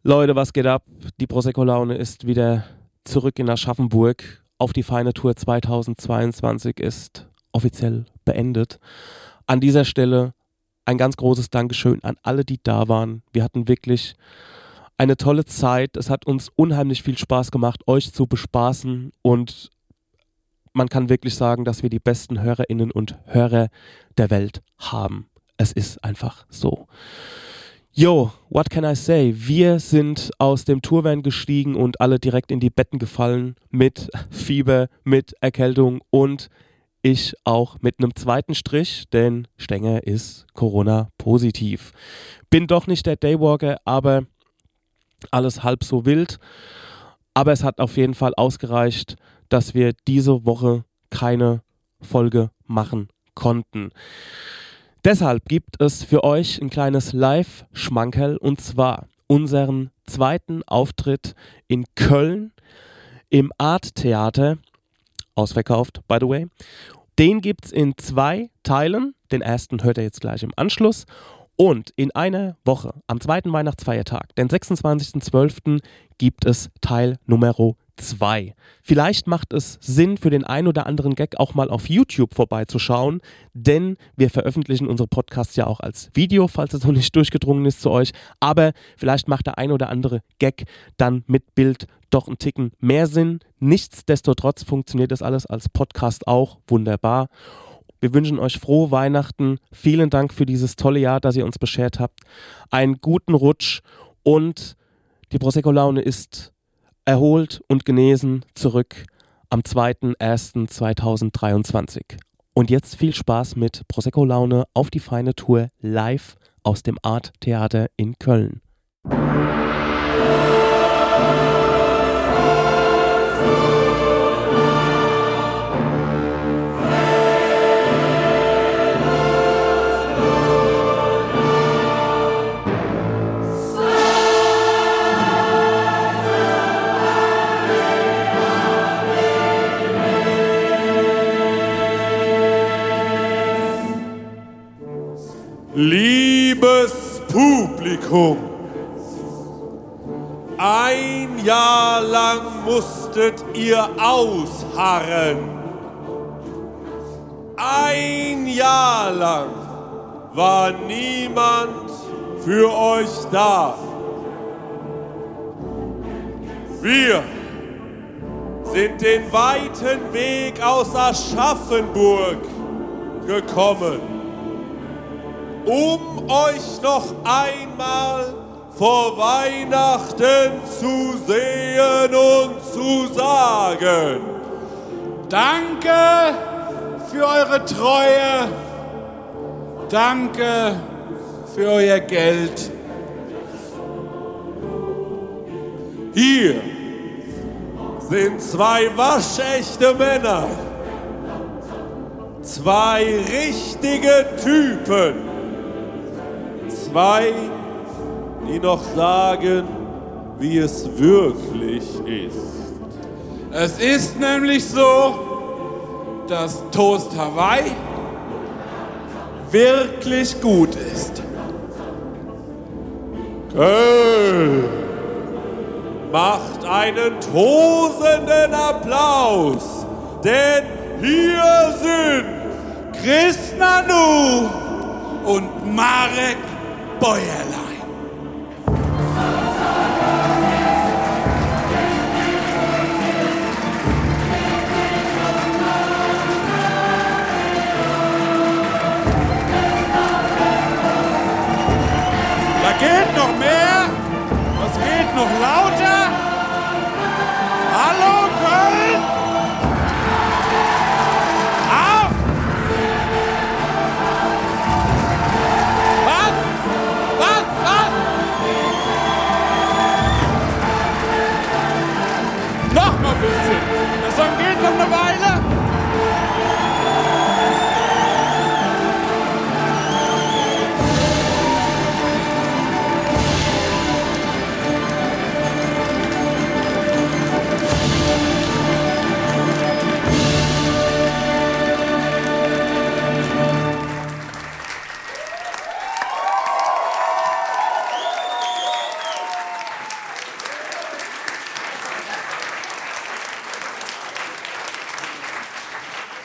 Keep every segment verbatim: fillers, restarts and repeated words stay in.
Leute, was geht ab? Die Prosecco-Laune ist wieder zurück in Aschaffenburg. Auf die feine Tour zweitausendzweiundzwanzig ist offiziell beendet. An dieser Stelle ein ganz großes Dankeschön an alle, die da waren. Wir hatten wirklich eine tolle Zeit. Es hat uns unheimlich viel Spaß gemacht, euch zu bespaßen. Und man kann wirklich sagen, dass wir die besten HörerInnen und Hörer der Welt haben. Es ist einfach so. Yo, what can I say? Wir sind aus dem Tourvan gestiegen und alle direkt in die Betten gefallen mit Fieber, mit Erkältung und ich auch mit einem zweiten Strich, denn Stenger ist Corona-positiv. Bin doch nicht der Daywalker, aber alles halb so wild. Aber es hat auf jeden Fall ausgereicht, dass wir diese Woche keine Folge machen konnten. Deshalb gibt es für euch ein kleines Live-Schmankerl und zwar unseren zweiten Auftritt in Köln im Art-Theater, ausverkauft, by the way. Den gibt es in zwei Teilen, den ersten hört ihr jetzt gleich im Anschluss und in einer Woche, am zweiten Weihnachtsfeiertag, den sechsundzwanzigsten zwölften gibt es Teil Nummer zwei. Vielleicht macht es Sinn für den ein oder anderen Gag auch mal auf YouTube vorbeizuschauen, denn wir veröffentlichen unsere Podcasts ja auch als Video, falls es noch nicht durchgedrungen ist zu euch, aber vielleicht macht der ein oder andere Gag dann mit Bild doch einen Ticken mehr Sinn. Nichtsdestotrotz funktioniert das alles als Podcast auch wunderbar. Wir wünschen euch frohe Weihnachten, vielen Dank für dieses tolle Jahr, das ihr uns beschert habt, einen guten Rutsch und die Prosecco-Laune ist erholt und genesen zurück am zweiten ersten zweitausenddreiundzwanzig. Und jetzt viel Spaß mit Prosecco-Laune auf die feine Tour live aus dem Art-Theater in Köln. Liebes Publikum, ein Jahr lang musstet ihr ausharren. Ein Jahr lang war niemand für euch da. Wir sind den weiten Weg aus Aschaffenburg gekommen, um euch noch einmal vor Weihnachten zu sehen und zu sagen: Danke für eure Treue, danke für euer Geld. Hier sind zwei waschechte Männer, zwei richtige Typen. Zwei, die noch sagen, wie es wirklich ist. Es ist nämlich so, dass Toast Hawaii wirklich gut ist. Köln macht einen tosenden Applaus, denn hier sind Chris Nanu und Marek Bäuerlein. Da geht noch mehr. Das geht noch lauter. Hallo Köln. Auf. Was? Was? Was?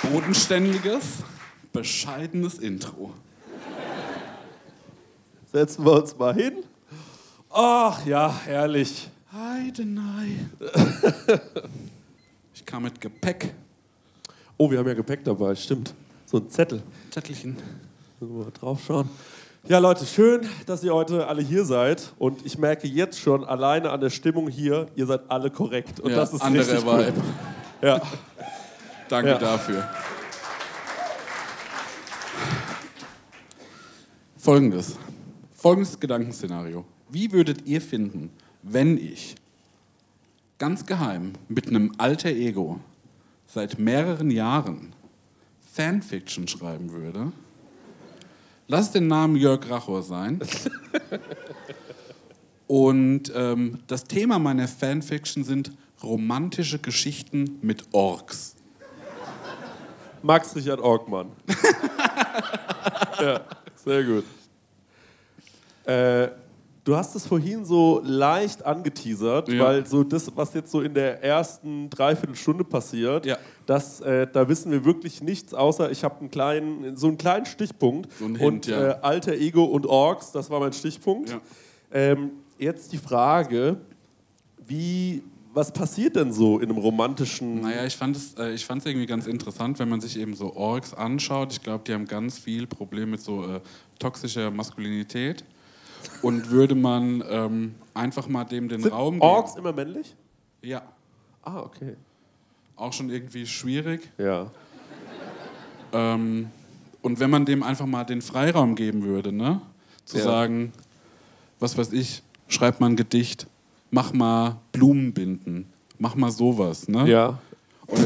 bodenständiges, bescheidenes Intro. Setzen wir uns mal hin. Ach ja, herrlich. Heidenei. Ich kam mit Gepäck. Oh, wir haben ja Gepäck dabei, stimmt. So ein Zettel. Zettelchen. Müssen wir mal drauf schauen. Ja, Leute, schön, dass ihr heute alle hier seid. Und ich merke jetzt schon alleine an der Stimmung hier, ihr seid alle korrekt. Und ja, das ist andere richtig Vibe. cool. Ja. Danke Ja. dafür. Folgendes. Folgendes Gedankenszenario. Wie würdet ihr finden, wenn ich ganz geheim mit einem Alter Ego seit mehreren Jahren Fanfiction schreiben würde? Lass es den Namen Jörg Rachor sein. Und ähm, das Thema meiner Fanfiction sind romantische Geschichten mit Orks. Max Richard Orgmann. Ja, sehr gut. Äh, du hast es vorhin so leicht angeteasert, Ja. weil so das, was jetzt so in der ersten Dreiviertelstunde passiert, Ja. das, äh, da wissen wir wirklich nichts, außer ich habe einen kleinen, so einen kleinen Stichpunkt. So einen Hint, und ja. äh, Alter Ego und Orks, das war mein Stichpunkt. Ja. Ähm, jetzt die Frage, wie, was passiert denn so in einem romantischen... Naja, ich fand es äh, ich fand's irgendwie ganz interessant, wenn man sich eben so Orks anschaut. Ich glaube, die haben ganz viel Probleme mit so äh, toxischer Maskulinität. Und würde man ähm, einfach mal dem den Sind Raum geben. Orks immer männlich? Ja, Ah, okay. auch schon irgendwie schwierig. Ja. Ähm, und wenn man dem einfach mal den Freiraum geben würde, ne? Zu Ja. sagen, was weiß ich, schreib mal ein Gedicht, mach mal Blumenbinden, mach mal sowas, ne? Ja. Oder,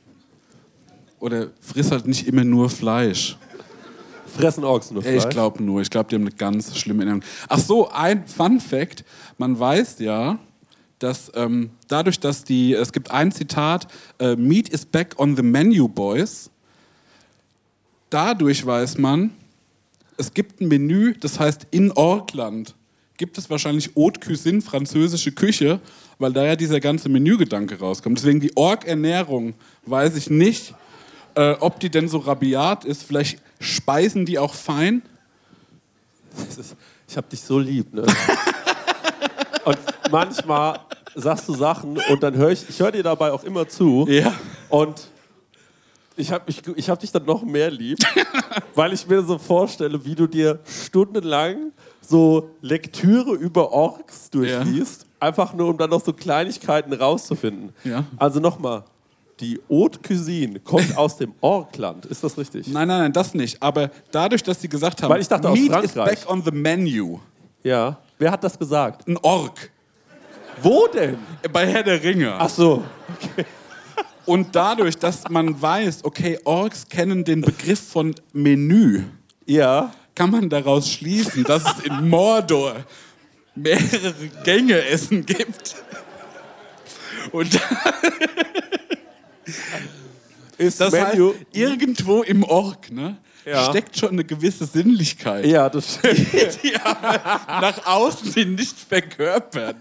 oder friss halt nicht immer nur Fleisch. Fressen Orks nur Fleisch? Ich glaube nur, ich glaube, die haben eine ganz schlimme Erinnerung. Ach so, ein Fun Fact, man weiß ja, dass ähm, dadurch, dass die, es gibt ein Zitat, äh, Meat is back on the menu, boys. Dadurch weiß man, es gibt ein Menü, das heißt in Orkland gibt es wahrscheinlich Haute Cuisine, französische Küche, weil da ja dieser ganze Menügedanke rauskommt. Deswegen die Ork-Ernährung weiß ich nicht, äh, ob die denn so rabiat ist. Vielleicht speisen die auch fein. Das ist, ich hab dich so lieb, ne? Und manchmal sagst du Sachen und dann höre ich, ich höre dir dabei auch immer zu. Ja. Und ich habe ich, ich hab dich dann noch mehr lieb, weil ich mir so vorstelle, wie du dir stundenlang so Lektüre über Orks durchliest, einfach nur, um dann noch so Kleinigkeiten rauszufinden. Ja. Also nochmal, die Haute Cuisine kommt aus dem Orkland, ist das richtig? Nein, nein, nein, das nicht. Aber dadurch, dass sie gesagt haben, Weil ich dachte, aus Meat is Frankreich. back on the menu. Ja. Wer hat das gesagt? Ein Ork. Wo denn? Bei Herr der Ringe. Ach so. Und dadurch, dass man weiß, okay, Orks kennen den Begriff von Menü, Ja. kann man daraus schließen, dass es in Mordor mehrere Gänge Essen gibt. Und Ist das Menu. heißt, irgendwo im Ork, ne, Ja. steckt schon eine gewisse Sinnlichkeit, Ja, das stimmt. die aber nach außen hin nicht verkörpern.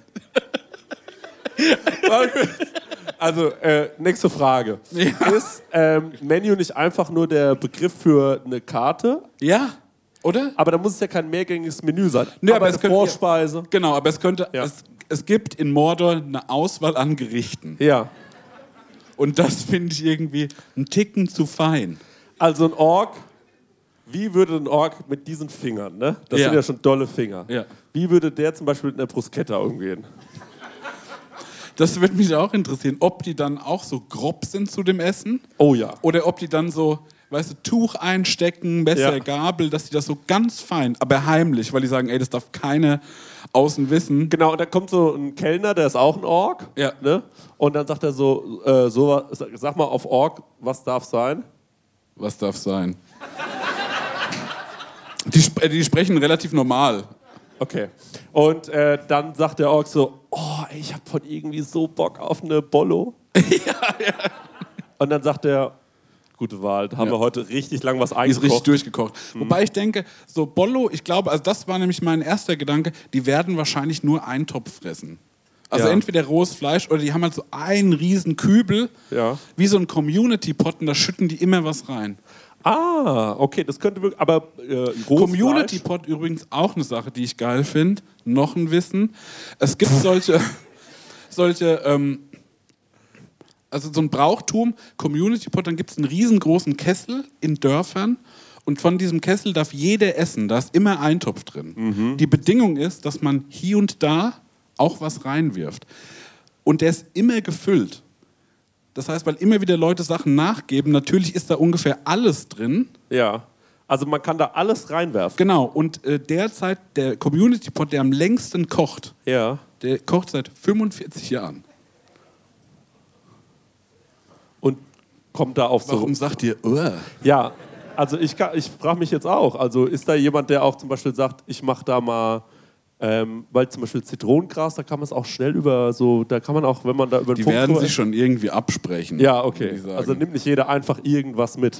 Also, äh, nächste Frage. Ja. Ist ähm, Menü nicht einfach nur der Begriff für eine Karte? Ja, oder? Aber da muss es ja kein mehrgängiges Menü sein. Nee, aber aber eine es könnte- Vorspeise. Genau, aber es könnte, Ja. es, es gibt in Mordor eine Auswahl an Gerichten. Ja. Und das finde ich irgendwie einen Ticken zu fein. Also ein Ork, wie würde ein Ork mit diesen Fingern, ne? Das Ja. sind ja schon dolle Finger. Ja. Wie würde der zum Beispiel mit einer Bruschetta umgehen? Das würde mich auch interessieren, ob die dann auch so grob sind zu dem Essen Oh ja. oder ob die dann so, weißt du, Tuch einstecken, Messer, Ja. Gabel, dass die das so ganz fein, aber heimlich, weil die sagen, ey, das darf keine außen wissen. Genau, und dann kommt so ein Kellner, der ist auch ein Ork. Ja. Ne? Und dann sagt er so, äh, so, sag mal auf Ork, was darf sein? Was darf sein? Die, sp die sprechen relativ normal. Okay. Und äh, dann sagt der Ork so, oh, ey, ich hab von irgendwie so Bock auf eine Bollo. ja, ja. Und dann sagt er, gute Wahl, da haben Ja. wir heute richtig lang was Die ist eingekocht. richtig durchgekocht. Wobei ich denke, so Bollo, ich glaube, also das war nämlich mein erster Gedanke, die werden wahrscheinlich nur einen Topf fressen. Also Ja. entweder rohes Fleisch oder die haben halt so einen riesen Kübel, Ja. wie so ein Community-Pot und da schütten die immer was rein. Ah, okay, das könnte wirklich, aber äh, rohes Community-Pot übrigens auch eine Sache, die ich geil finde. Noch ein Wissen. Es gibt solche, solche ähm, also so ein Brauchtum, Community-Pot, dann gibt es einen riesengroßen Kessel in Dörfern und von diesem Kessel darf jeder essen. Da ist immer Eintopf drin. Mhm. Die Bedingung ist, dass man hier und da auch was reinwirft. Und der ist immer gefüllt. Das heißt, weil immer wieder Leute Sachen nachgeben, natürlich ist da ungefähr alles drin. Ja, also man kann da alles reinwerfen. Genau, und äh, derzeit der Community-Pot, der am längsten kocht, Ja. der kocht seit fünfundvierzig Jahren. Und kommt da auf so... Warum sagt ihr, oh? Ja, also ich, kann- ich frage mich jetzt auch, also ist da jemand, der auch zum Beispiel sagt, ich mache da mal, ähm, weil zum Beispiel Zitronengras, da kann man es auch schnell über so, da kann man auch, wenn man da über den Die Punkt werden so- sich schon irgendwie absprechen. Ja, würde okay. ich sagen. Also nimmt nicht jeder einfach irgendwas mit.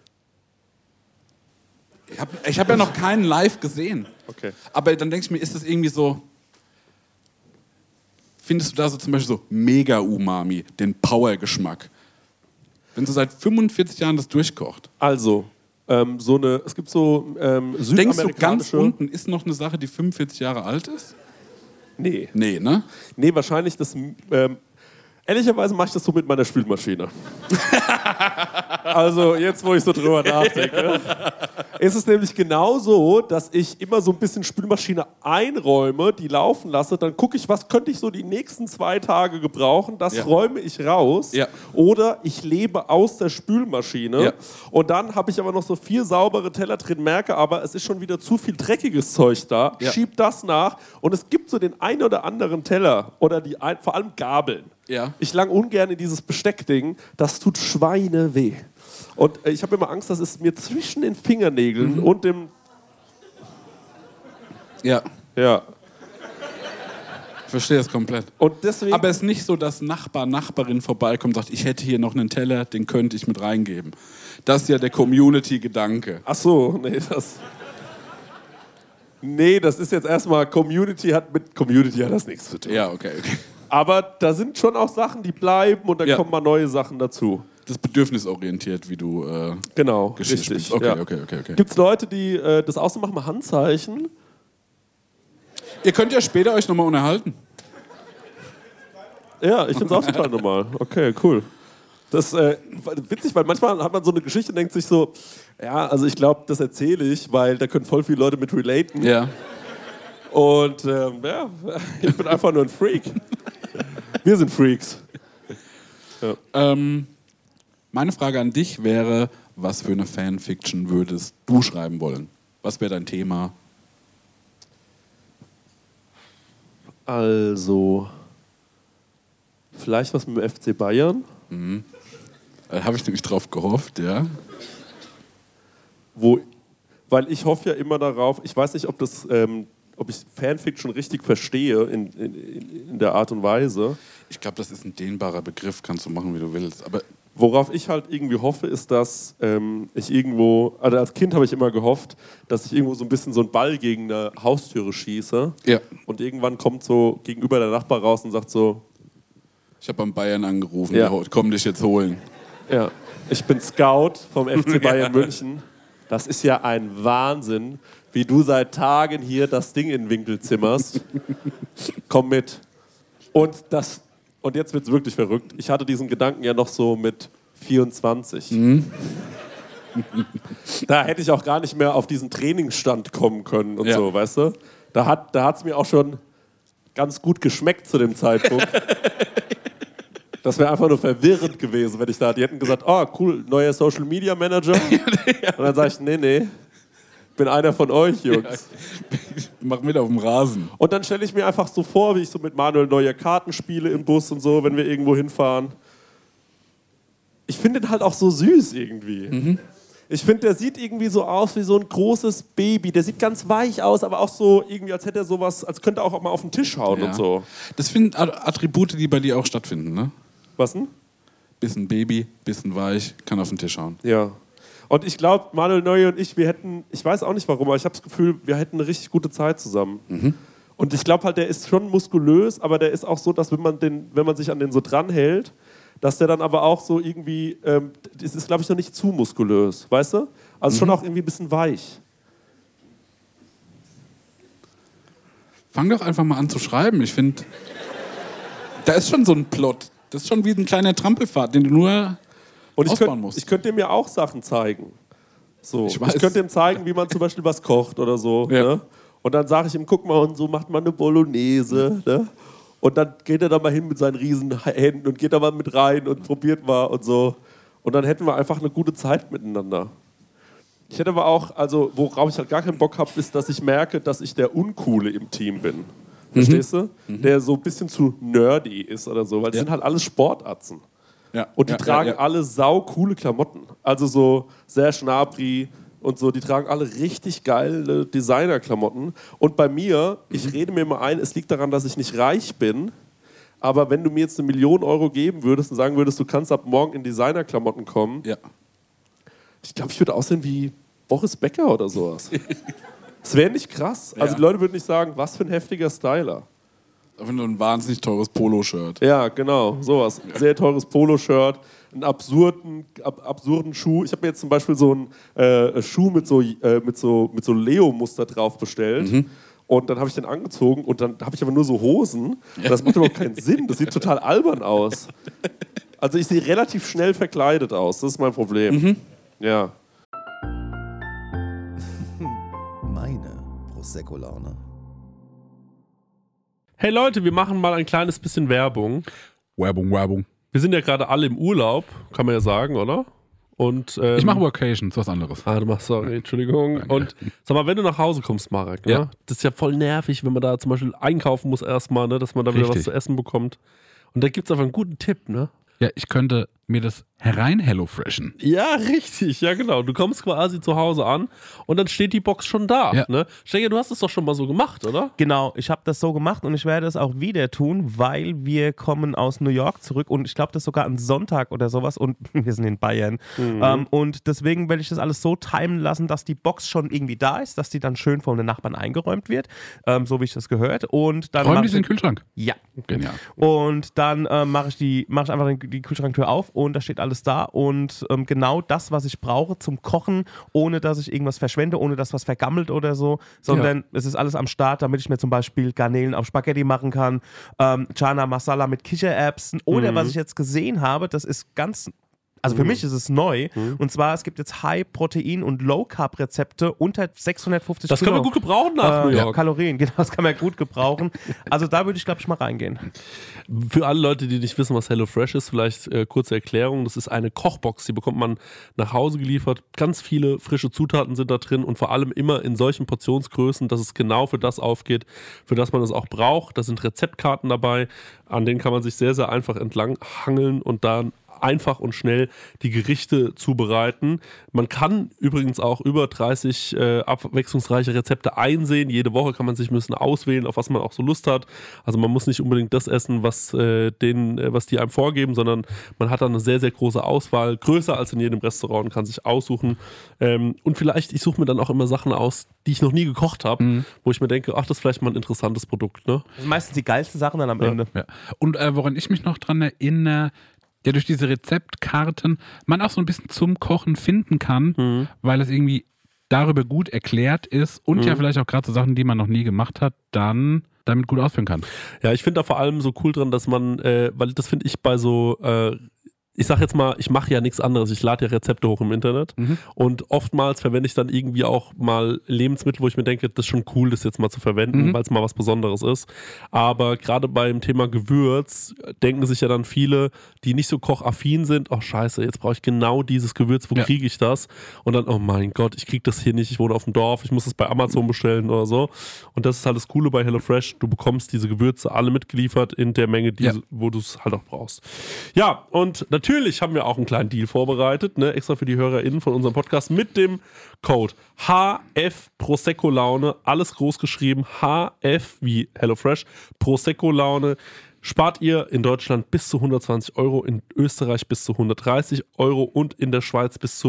Ich habe ich hab ja noch keinen live gesehen. Okay. Aber dann denke ich mir, ist das irgendwie so... Findest du da so zum Beispiel so Mega-Umami, den Power-Geschmack? Wenn so seit fünfundvierzig Jahren das durchkocht. Also, ähm, so eine, es gibt so ähm, Denkst du, ganz südamerikanische... unten ist noch eine Sache, die fünfundvierzig Jahre alt ist? Nee. Nee, ne? Nee, wahrscheinlich das. Ähm, ehrlicherweise mache ich das so mit meiner Spülmaschine. Also, jetzt, wo ich so drüber nachdenke, ist es nämlich genau so, dass ich immer so ein bisschen Spülmaschine einräume, die laufen lasse, dann gucke ich, was könnte ich so die nächsten zwei Tage gebrauchen, das Ja. räume ich raus. Ja. Oder ich lebe aus der Spülmaschine. Ja. Und dann habe ich aber noch so vier saubere Teller drin, merke aber, es ist schon wieder zu viel dreckiges Zeug da, Ja. schieb das nach und es gibt so den einen oder anderen Teller oder die ein, vor allem Gabeln. Ja. Ich lang ungern in dieses Besteckding, das tut Schweine weh. Und äh, ich habe immer Angst, dass es mir zwischen den Fingernägeln Mhm. und dem... Ja, Ja. ich verstehe das komplett. Und deswegen... Aber es ist nicht so, dass Nachbar, Nachbarin vorbeikommt und sagt, ich hätte hier noch einen Teller, den könnte ich mit reingeben. Das ist ja der Community-Gedanke. Ach so, nee, das... Nee, das ist jetzt erstmal Community, hat mit Community hat das nichts zu tun. Ja, okay, okay. Aber da sind schon auch Sachen, die bleiben und dann Ja. kommen mal neue Sachen dazu. Das ist bedürfnisorientiert, wie du äh, Genau, Geschichte richtig. spielst. Okay, ja. okay, okay, okay. Gibt es Leute, die äh, das auch so machen, mal Handzeichen? Ihr könnt ja später euch nochmal unterhalten. Ja, ich finde es auch total normal. Okay, cool. Das ist äh, witzig, weil manchmal hat man so eine Geschichte und denkt sich so, ja, also ich glaube, das erzähle ich, weil da können voll viele Leute mit relaten. Ja. Und ähm, ja, ich bin einfach nur ein Freak. Wir sind Freaks. Ähm, meine Frage an dich wäre, was für eine Fanfiction würdest du schreiben wollen? Was wäre dein Thema? Also, vielleicht was mit dem F C Bayern, Da habe ich nämlich drauf gehofft, ja. wo, weil ich hoffe ja immer darauf, ich weiß nicht, ob das, ähm, ob ich Fanfiction richtig verstehe in, in, in der Art und Weise. Ich glaube, das ist ein dehnbarer Begriff, kannst du machen, wie du willst. Aber Worauf ich halt irgendwie hoffe, ist, dass ähm, ich irgendwo, also als Kind habe ich immer gehofft, dass ich irgendwo so ein bisschen so einen Ball gegen eine Haustüre schieße. ja, Und irgendwann kommt so gegenüber der Nachbar raus und sagt so, ich habe beim Bayern angerufen, Ja. ja. komm dich jetzt holen. ja, ich bin Scout vom F C Bayern München. Das ist ja ein Wahnsinn, wie du seit Tagen hier das Ding in den Winkel zimmerst. Komm mit. Und, das, und jetzt wird es wirklich verrückt. Ich hatte diesen Gedanken ja noch so mit vierundzwanzig. Da hätte ich auch gar nicht mehr auf diesen Trainingsstand kommen können und Ja. so, weißt du? Da hat da hat's mir auch schon ganz gut geschmeckt zu dem Zeitpunkt. Das wäre einfach nur verwirrend gewesen, wenn ich da, die hätten gesagt, oh cool, neuer Social Media Manager. Und dann sage ich, nee, nee, bin einer von euch, Jungs. Mach mit auf dem Rasen. Und dann stelle ich mir einfach so vor, wie ich so mit Manuel neue Karten spiele im Bus und so, wenn wir irgendwo hinfahren. Ich finde den halt auch so süß irgendwie. Ich finde, der sieht irgendwie so aus wie so ein großes Baby. Der sieht ganz weich aus, aber auch so irgendwie, als hätte er sowas, als könnte er auch mal auf den Tisch hauen Ja. und so. Das sind Attribute, die bei dir auch stattfinden, ne? Was denn? Bisschen Baby, bisschen weich, kann auf den Tisch hauen. Ja. Und ich glaube, Manuel Neuer und ich, wir hätten, ich weiß auch nicht warum, aber ich habe das Gefühl, wir hätten eine richtig gute Zeit zusammen. Und ich glaube halt, der ist schon muskulös, aber der ist auch so, dass wenn man, den, wenn man sich an den so dranhält, dass der dann aber auch so irgendwie, ähm, das ist glaube ich noch nicht zu muskulös, weißt du? Also mhm. schon auch irgendwie ein bisschen weich. Fang doch einfach mal an zu schreiben. Ich finde, da ist schon so ein Plot. Das ist schon wie ein kleiner Trampelpfad, den du nur Und ich ausbauen könnt, musst. Ich könnte dir mir auch Sachen zeigen. So. Ich weiß. Ich könnte ihm zeigen, wie man zum Beispiel was kocht oder so. Ja. Ne? Und dann sage ich ihm, guck mal, und so macht man eine Bolognese. Ne? Und dann geht er da mal hin mit seinen riesen Händen und geht da mal mit rein und probiert mal und so. Und dann hätten wir einfach eine gute Zeit miteinander. Ich hätte aber auch, also worauf ich halt gar keinen Bock habe, ist, dass ich merke, dass ich der Uncoole im Team bin. Verstehst du? Mhm. Der so ein bisschen zu nerdy ist oder so, weil die ja. sind halt alles Sportatzen. Ja. Und die ja, tragen ja, ja. alle saucoole Klamotten. Also so sehr Schnabri und so. Die tragen alle richtig geile Designer-Klamotten. Und bei mir, ich mhm. rede mir immer ein, es liegt daran, dass ich nicht reich bin. Aber wenn du mir jetzt eine Million Euro geben würdest und sagen würdest, du kannst ab morgen in Designer-Klamotten kommen, ja. ich glaube, ich würde aussehen wie Boris Becker oder sowas. Das wäre nicht krass. Also ja. die Leute würden nicht sagen, was für ein heftiger Styler. Einfach nur ein wahnsinnig teures Poloshirt. Ja, genau, sowas. Ein sehr teures Poloshirt, einen absurden, ab, absurden Schuh. Ich habe mir jetzt zum Beispiel so einen äh, Schuh mit so, äh, mit so, mit so Leo-Muster drauf bestellt. Mhm. Und dann habe ich den angezogen und dann habe ich aber nur so Hosen. Und das macht überhaupt keinen Sinn. Das sieht total albern aus. Also ich sehe relativ schnell verkleidet aus. Das ist mein Problem. Mhm. Ja. Meine Prosecco-Laune. Hey Leute, wir machen mal ein kleines bisschen Werbung. Werbung, Werbung. Wir sind ja gerade alle im Urlaub, kann man ja sagen, oder? Und, ähm, ich mache Workations, was anderes. Ah, du machst, sorry, Entschuldigung. Danke. Und sag mal, wenn du nach Hause kommst, Marek, ne? Ja. Das ist ja voll nervig, wenn man da zum Beispiel einkaufen muss erstmal, ne? Dass man da wieder Richtig. was zu essen bekommt. Und da gibt es einfach einen guten Tipp, ne? Ja, ich könnte mir das herein HelloFreshen. Ja, richtig, ja genau. Du kommst quasi zu Hause an und dann steht die Box schon da. Ja. Ne? Steiger, du hast es doch schon mal so gemacht, oder? Genau, ich habe das so gemacht und ich werde es auch wieder tun, weil wir kommen aus New York zurück und ich glaube, das ist sogar ein Sonntag oder sowas und wir sind in Bayern. Mhm. Ähm, und deswegen werde ich das alles so timen lassen, dass die Box schon irgendwie da ist, dass die dann schön von den Nachbarn eingeräumt wird, ähm, so wie ich das gehört. Und dann Räum die in den Kühlschrank. Ja. Genial. Und dann ähm, mache ich, die, mach ich einfach die Kühlschranktür auf und da steht alles da und ähm, genau das, was ich brauche zum Kochen, ohne dass ich irgendwas verschwende, ohne dass was vergammelt oder so, sondern ja. es ist alles am Start, damit ich mir zum Beispiel Garnelen auf Spaghetti machen kann, ähm, Chana Masala mit Kichererbsen oder mhm. was ich jetzt gesehen habe, das ist ganz... Also für mhm. mich ist es neu. Mhm. Und zwar, es gibt jetzt High-Protein- und Low-Carb-Rezepte unter sechshundertfünfzig Das Kilo. kann man gut gebrauchen nach äh, New York. Kalorien, genau, das kann man gut gebrauchen. Also da würde ich, glaube ich, mal reingehen. Für alle Leute, die nicht wissen, was HelloFresh ist, vielleicht äh, kurze Erklärung. Das ist eine Kochbox, die bekommt man nach Hause geliefert. Ganz viele frische Zutaten sind da drin und vor allem immer in solchen Portionsgrößen, dass es genau für das aufgeht, für das man es auch braucht. Da sind Rezeptkarten dabei, an denen kann man sich sehr, sehr einfach entlang hangeln und dann einfach und schnell die Gerichte zubereiten. Man kann übrigens auch über dreißig äh, abwechslungsreiche Rezepte einsehen. Jede Woche kann man sich ein bisschen auswählen, auf was man auch so Lust hat. Also man muss nicht unbedingt das essen, was, äh, den, äh, was die einem vorgeben, sondern man hat dann eine sehr, sehr große Auswahl, größer als in jedem Restaurant und kann sich aussuchen. Ähm, und vielleicht, ich suche mir dann auch immer Sachen aus, die ich noch nie gekocht habe, mhm. wo ich mir denke, ach, das ist vielleicht mal ein interessantes Produkt. Ne? Das sind meistens die geilsten Sachen dann am Ja. Ende. Ja. Und äh, woran ich mich noch dran erinnere, ja, durch diese Rezeptkarten man auch so ein bisschen zum Kochen finden kann, mhm. weil es irgendwie darüber gut erklärt ist und mhm. ja vielleicht auch gerade so Sachen, die man noch nie gemacht hat, dann damit gut ausführen kann. Ja, ich finde da vor allem so cool dran, dass man, äh, weil das finde ich bei so äh, ich sag jetzt mal, ich mache ja nichts anderes. Ich lade ja Rezepte hoch im Internet mhm. und oftmals verwende ich dann irgendwie auch mal Lebensmittel, wo ich mir denke, das ist schon cool, das jetzt mal zu verwenden, mhm. weil es mal was Besonderes ist. Aber gerade beim Thema Gewürz denken sich ja dann viele, die nicht so kochaffin sind, oh scheiße, jetzt brauche ich genau dieses Gewürz, wo ja. kriege ich das? Und dann, oh mein Gott, ich kriege das hier nicht, ich wohne auf dem Dorf, ich muss es bei Amazon bestellen oder so. Und das ist halt das Coole bei HelloFresh, du bekommst diese Gewürze alle mitgeliefert in der Menge, die, ja. wo du es halt auch brauchst. Ja, und natürlich Natürlich haben wir auch einen kleinen Deal vorbereitet, ne, extra für die HörerInnen von unserem Podcast mit dem Code H F Prosecco Laune, alles groß geschrieben, H F wie HelloFresh, Prosecco Laune. Spart ihr in Deutschland bis zu hundertzwanzig Euro, in Österreich bis zu hundertdreißig Euro und in der Schweiz bis zu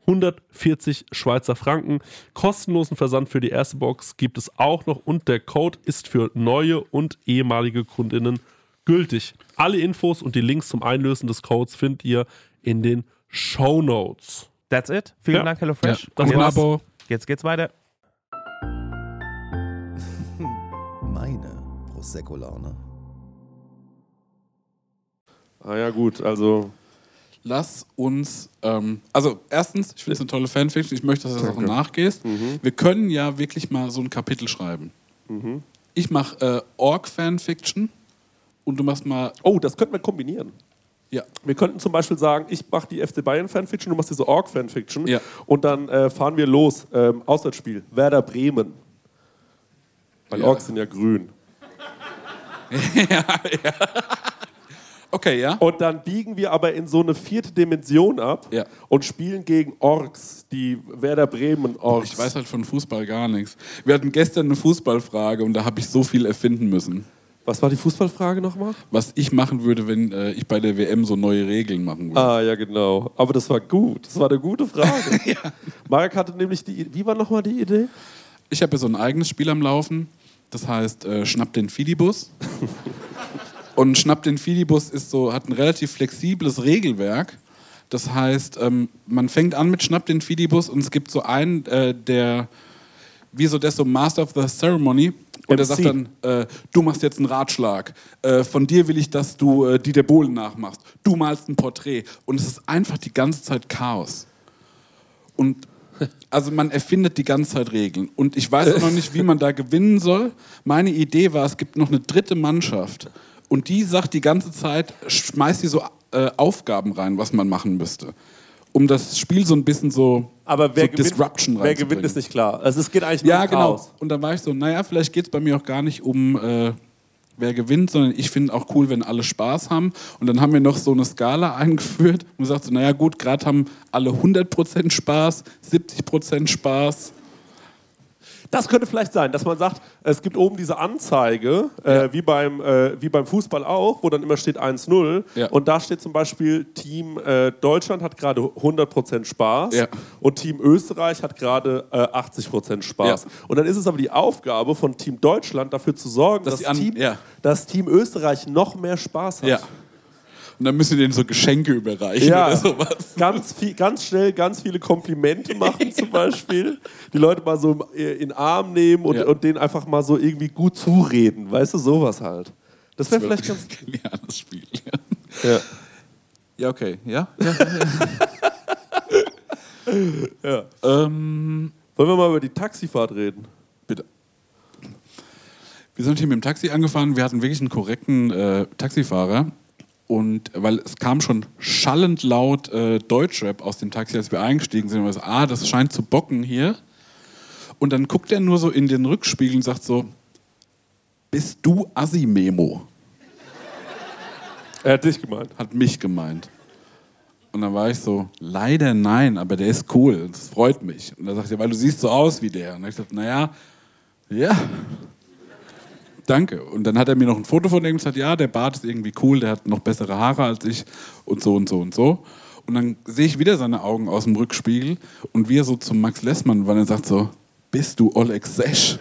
hundertvierzig Schweizer Franken. Kostenlosen Versand für die erste Box gibt es auch noch und der Code ist für neue und ehemalige Kundinnen gültig. Alle Infos und die Links zum Einlösen des Codes findet ihr in den Shownotes. That's it. Vielen Ja. Dank, HelloFresh. Ja, das Und war's. jetzt, Abo. jetzt geht's weiter. Meine Prosecco-Laune. Ah ja, gut, also Lass uns, ähm, also erstens, ich finde es eine tolle Fanfiction, ich möchte, dass du das auch Danke. nachgehst. Mhm. Wir können ja wirklich mal so ein Kapitel schreiben. Mhm. Ich mache äh, Org-Fanfiction und du machst mal, Oh, das könnten wir kombinieren. ja, Wir könnten zum Beispiel sagen, ich mache die F C Bayern Fanfiction, du machst diese Org Fanfiction Ja. und dann äh, fahren wir los. Ähm, Auswärtsspiel, Werder Bremen. Weil Ja. Orks sind ja grün. okay, ja. Und dann biegen wir aber in so eine vierte Dimension ab Ja. und spielen gegen Orks, die Werder Bremen Orks. Ich weiß halt von Fußball gar nichts. Wir hatten gestern eine Fußballfrage und da habe ich so viel erfinden müssen. Was war die Fußballfrage nochmal? Was ich machen würde, wenn äh, ich bei der W M so neue Regeln machen würde. Ah, ja, genau. Aber das war gut. Das war eine gute Frage. ja. Marek hatte nämlich die. Wie war nochmal die Idee? Ich habe ja so ein eigenes Spiel am Laufen, das heißt äh, Schnapp den Fidibus. Und Schnapp den Fidibus ist so, hat ein relativ flexibles Regelwerk. Das heißt, ähm, man fängt an mit Schnapp den Fidibus und es gibt so einen, äh, der, wie so der ist so Master of the Ceremony. Und er M C. sagt dann, äh, du machst jetzt einen Ratschlag. Äh, von dir will ich, dass du äh, Dieter Bohlen nachmachst. Du malst ein Porträt. Und es ist einfach die ganze Zeit Chaos. Und also man erfindet die ganze Zeit Regeln. Und ich weiß auch noch nicht, wie man da gewinnen soll. Meine Idee war, es gibt noch eine dritte Mannschaft. Und die sagt die ganze Zeit, schmeißt die so äh, Aufgaben rein, was man machen müsste. Um das Spiel so ein bisschen so, Aber wer, so gewinnt, Disruption wer reinzubringen. gewinnt, ist nicht klar. Also es geht eigentlich nur Ja, um genau. Chaos. Und dann war ich so, naja, vielleicht geht es bei mir auch gar nicht um, äh, wer gewinnt, sondern ich finde auch cool, wenn alle Spaß haben. Und dann haben wir noch so eine Skala eingeführt und gesagt so, naja gut, gerade haben alle hundert Prozent Spaß, siebzig Prozent Spaß. Das könnte vielleicht sein, dass man sagt, es gibt oben diese Anzeige, äh, wie, beim, äh, wie beim Fußball auch, wo dann immer steht eins null. Ja. Und da steht zum Beispiel, Team äh, Deutschland hat gerade hundert Prozent Spaß Ja. und Team Österreich hat gerade äh, achtzig Prozent Spaß. Ja. Und dann ist es aber die Aufgabe von Team Deutschland, dafür zu sorgen, Dass dass, die an- Team, ja. dass Team Österreich noch mehr Spaß hat. Ja. Und dann müssen wir denen so Geschenke überreichen Ja, oder sowas. ganz, viel, ganz schnell ganz viele Komplimente machen zum Beispiel. Die Leute mal so in den Arm nehmen und, Ja. und denen einfach mal so irgendwie gut zureden. Weißt du, sowas halt. Das wäre Das wird vielleicht ganz... ein geniales Spiel. Ja. Ja, okay. Ja? Ja. Ja. ähm, Wollen wir mal über die Taxifahrt reden? bitte. Wir sind hier mit dem Taxi angefahren. Wir hatten wirklich einen korrekten äh, Taxifahrer. Und weil es kam schon schallend laut äh, Deutschrap aus dem Taxi, als wir eingestiegen sind. Und wir so, ah, das scheint zu bocken hier. Und dann guckt er nur so in den Rückspiegel und sagt so, bist du Assi-Memo? Er hat dich gemeint. Hat mich gemeint. Und dann war ich so, leider nein, aber der ist cool, das freut mich. Und dann sagt er, weil du siehst so aus wie der. Und dann hab ich gesagt, naja, ja, danke. Und dann hat er mir noch ein Foto von dem gesagt, ja, der Bart ist irgendwie cool, der hat noch bessere Haare als ich und so und so und so. Und dann sehe ich wieder seine Augen aus dem Rückspiegel und wie er so zum Max Lessmann war, und er sagt so, bist du Oleg Sesch?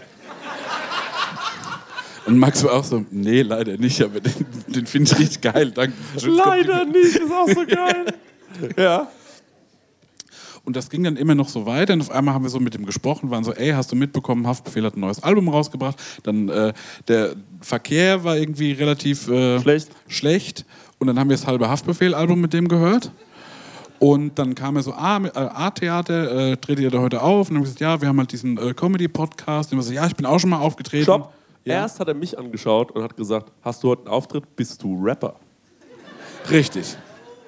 Und Max war auch so, nee, leider nicht, aber den, den finde ich richtig geil, danke. Leider nicht, ist auch so geil. Ja. Und das ging dann immer noch so weiter und auf einmal haben wir so mit ihm gesprochen, waren so, ey, hast du mitbekommen, Haftbefehl hat ein neues Album rausgebracht. Dann äh, der Verkehr war irgendwie relativ äh, Schlecht. schlecht und dann haben wir das halbe Haftbefehl-Album mit dem gehört. Und dann kam er so, ah, mit, äh, A-Theater, äh, tretet ihr da heute auf? Und dann haben wir gesagt, ja, wir haben halt diesen äh, Comedy-Podcast. Und wir so, ja, ich bin auch schon mal aufgetreten. Stopp. Ja. Erst hat er mich angeschaut und hat gesagt, hast du heute einen Auftritt, bist du Rapper. Richtig.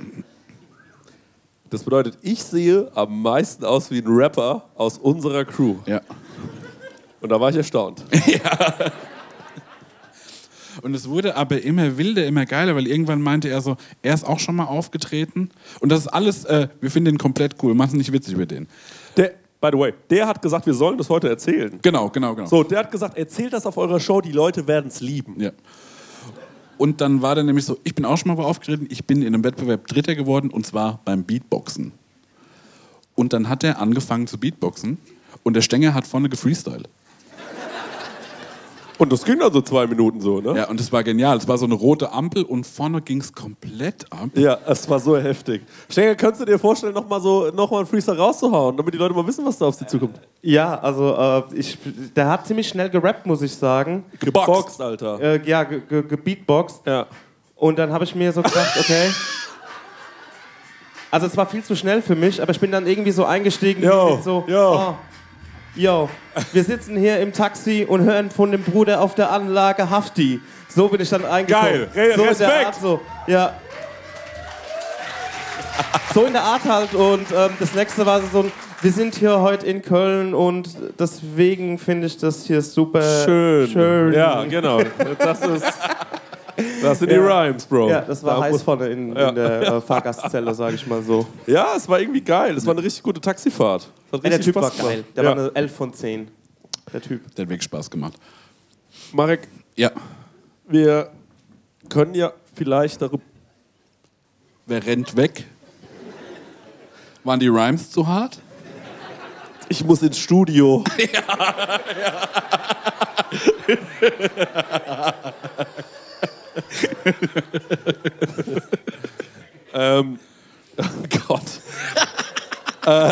Das bedeutet, ich sehe am meisten aus wie ein Rapper aus unserer Crew. Ja. Und da war ich erstaunt. Und es wurde aber immer wilder, immer geiler, weil irgendwann meinte er so, er ist auch schon mal aufgetreten. Und das ist alles, äh, wir finden den komplett cool, wir machen nicht witzig über den. Der, by the way, der hat gesagt, wir sollen das heute erzählen. Genau, genau, genau. So, der hat gesagt, erzählt das auf eurer Show, die Leute werden es lieben. Ja. Und dann war der nämlich so, ich bin auch schon mal wo aufgetreten, ich bin in einem Wettbewerb Dritter geworden und zwar beim Beatboxen. Und dann hat er angefangen zu Beatboxen und der Stenger hat vorne gefreestylt. Und das ging dann so zwei Minuten so, ne? Ja, und das war genial. Es war so eine rote Ampel und vorne ging es komplett ab. Ja, es war so heftig. Stenger, könntest du dir vorstellen, nochmal so, noch mal einen Freestyle rauszuhauen, damit die Leute mal wissen, was da auf sie zukommt? Ja, also äh, ich, der hat ziemlich schnell gerappt, muss ich sagen. Geboxt, Alter. Äh, ja, ge- ge- gebeatboxt. Ja. Und dann habe ich mir so gedacht, okay. Also es war viel zu schnell für mich, aber ich bin dann irgendwie so eingestiegen. Yo, mit so, yo. Oh, yo, wir sitzen hier im Taxi und hören von dem Bruder auf der Anlage Hafti. So bin ich dann eingekommen. Geil, Re- so in Respekt. der Art, so, ja. So in der Art halt. Und ähm, das nächste war so ein, wir sind hier heute in Köln und deswegen finde ich das hier super Schön. schön. Ja, genau. Das ist... Das sind die Ja. Rhymes, Bro. Ja, das war Da heiß muss- vorne in, Ja. in der äh, Fahrgastzelle, sage ich mal so. Ja, es war irgendwie geil. Es war eine richtig gute Taxifahrt. Es hat Ja, der richtig Typ war Spaß gemacht. geil. Der ja. war eine elf von zehn. Der Typ. Der hat wirklich Spaß gemacht. Marek, Ja. wir können ja vielleicht darüber... Wer rennt weg? Waren die Rhymes zu hart? Ich muss ins Studio. ähm, oh Gott. Äh,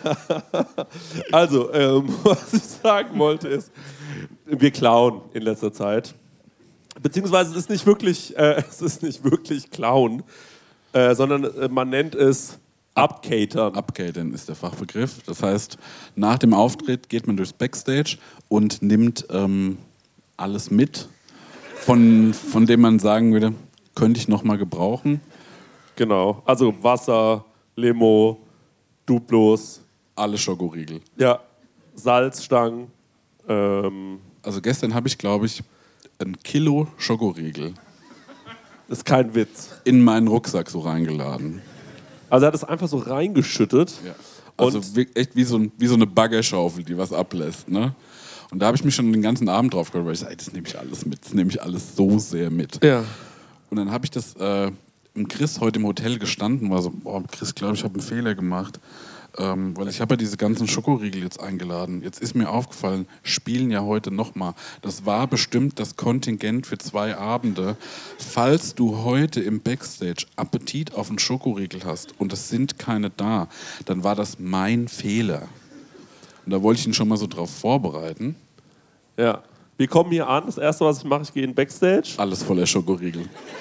also, ähm, was ich sagen wollte ist, wir klauen in letzter Zeit. Beziehungsweise es ist nicht wirklich, äh, es ist nicht wirklich klauen, äh, sondern äh, man nennt es Upcatern. Upcaten ist der Fachbegriff. Das heißt, nach dem Auftritt geht man durchs Backstage und nimmt ähm, alles mit, von, von dem man sagen würde, könnte ich noch mal gebrauchen. Genau, also Wasser, Limo, Duplos, Alle Schokoriegel. ja, Salzstangen, ähm, Also gestern habe ich, glaube ich, ein Kilo Schokoriegel ist kein Witz. in meinen Rucksack so reingeladen. Also er hat es einfach so reingeschüttet. Ja. Also Und- wie, echt wie so, ein, wie so eine Baggerschaufel, die was ablässt. Ne? Und da habe ich mich schon den ganzen Abend drauf geholt, weil ich sage, das nehme ich alles mit. Das nehme ich alles so sehr mit. Ja. Und dann habe ich das äh, im Chris heute im Hotel gestanden, war so, boah, Chris, glaube ich, habe einen Fehler gemacht. Ähm, weil ich habe ja diese ganzen Schokoriegel jetzt eingeladen. Jetzt ist mir aufgefallen, spielen ja heute nochmal. Das war bestimmt das Kontingent für zwei Abende. Falls du heute im Backstage Appetit auf einen Schokoriegel hast und es sind keine da, dann war das mein Fehler. Und da wollte ich ihn schon mal so drauf vorbereiten. Ja. Wir kommen hier an, das erste, was ich mache, ich gehe in Backstage. Alles voller Schokoriegel.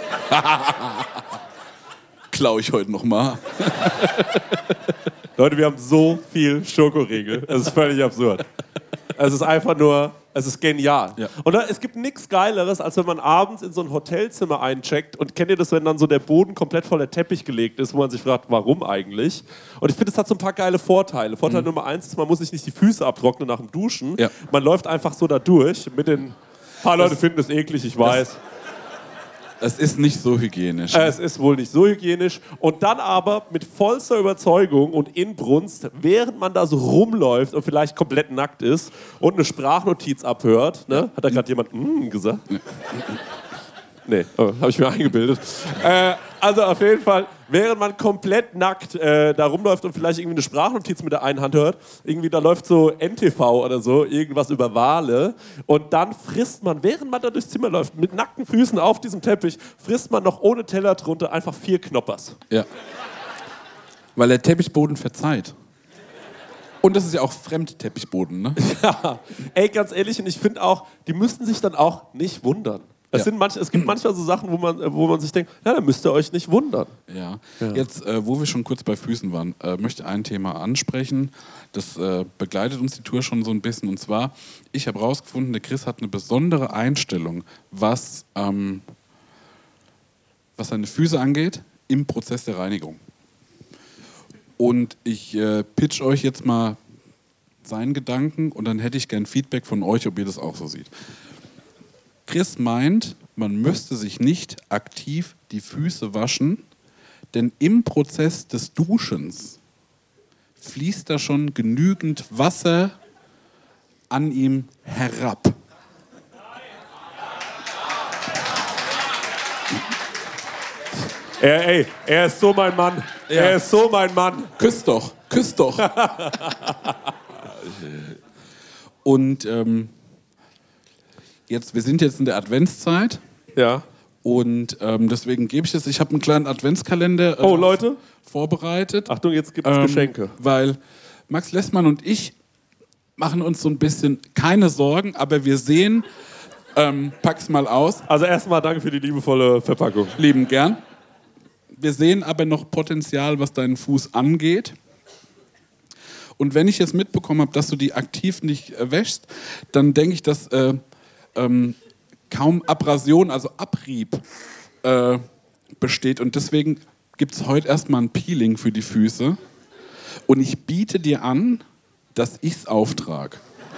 Klau ich heute nochmal. Leute, wir haben so viel Schokoriegel. Es ist völlig absurd. Es ist einfach nur, es ist genial. Ja. Und da, es gibt nichts Geileres, als wenn man abends in so ein Hotelzimmer eincheckt und kennt ihr das, wenn dann so der Boden komplett voller Teppich gelegt ist, wo man sich fragt, warum eigentlich? Und ich finde, es hat so ein paar geile Vorteile. Vorteil Mhm. Nummer eins ist, man muss sich nicht die Füße abtrocknen nach dem Duschen. Ja. Man läuft einfach so da durch mit den... Ein paar Leute finden es eklig, ich weiß. Es ist nicht so hygienisch. Es ist wohl nicht so hygienisch. Und dann aber mit vollster Überzeugung und Inbrunst, während man da so rumläuft und vielleicht komplett nackt ist und eine Sprachnotiz abhört, ne? Hat da gerade jemand mm gesagt? Nee, oh, habe ich mir eingebildet. äh, also auf jeden Fall, während man komplett nackt äh, da rumläuft und vielleicht irgendwie eine Sprachnotiz mit der einen Hand hört, irgendwie da läuft so N T V oder so, irgendwas über Wale und dann frisst man, während man da durchs Zimmer läuft, mit nackten Füßen auf diesem Teppich, frisst man noch ohne Teller drunter einfach vier Knoppers. Ja. Weil der Teppichboden verzeiht. Und das ist ja auch Fremdteppichboden, ne? Ja, ey, ganz ehrlich, und ich finde auch, die müssten sich dann auch nicht wundern. Es, Ja. sind manch, es gibt manchmal so Sachen, wo man, wo man sich denkt, na, da müsst ihr euch nicht wundern. Ja. Jetzt, äh, wo wir schon kurz bei Füßen waren, äh, möchte ich ein Thema ansprechen. Das äh, begleitet uns die Tour schon so ein bisschen. Und zwar, ich habe rausgefunden, der Chris hat eine besondere Einstellung, was, ähm, was seine Füße angeht, im Prozess der Reinigung. Und ich äh, pitch euch jetzt mal seinen Gedanken und dann hätte ich gern Feedback von euch, ob ihr das auch so seht. Chris meint, man müsste sich nicht aktiv die Füße waschen, denn im Prozess des Duschens fließt da schon genügend Wasser an ihm herab. Er, ey, er ist so mein Mann. Ja. Er ist so mein Mann. Küss doch, Küss doch. Und ähm, jetzt, wir sind jetzt in der Adventszeit. Ja. Und ähm, deswegen gebe ich jetzt, ich habe einen kleinen Adventskalender äh, Oh, Leute. vorbereitet. Achtung, jetzt gibt es Ähm, Geschenke. Weil Max Lessmann und ich machen uns so ein bisschen keine Sorgen, aber wir sehen, ähm, pack's mal aus, Also erstmal danke für die liebevolle Verpackung. lieben gern. Wir sehen aber noch Potenzial, was deinen Fuß angeht. Und wenn ich jetzt mitbekommen habe, dass du die aktiv nicht äh, wäschst, dann denke ich, dass äh, ähm, kaum Abrasion, also Abrieb, äh, besteht. Und deswegen gibt es heute erstmal ein Peeling für die Füße. Und ich biete dir an, dass ich es auftrage.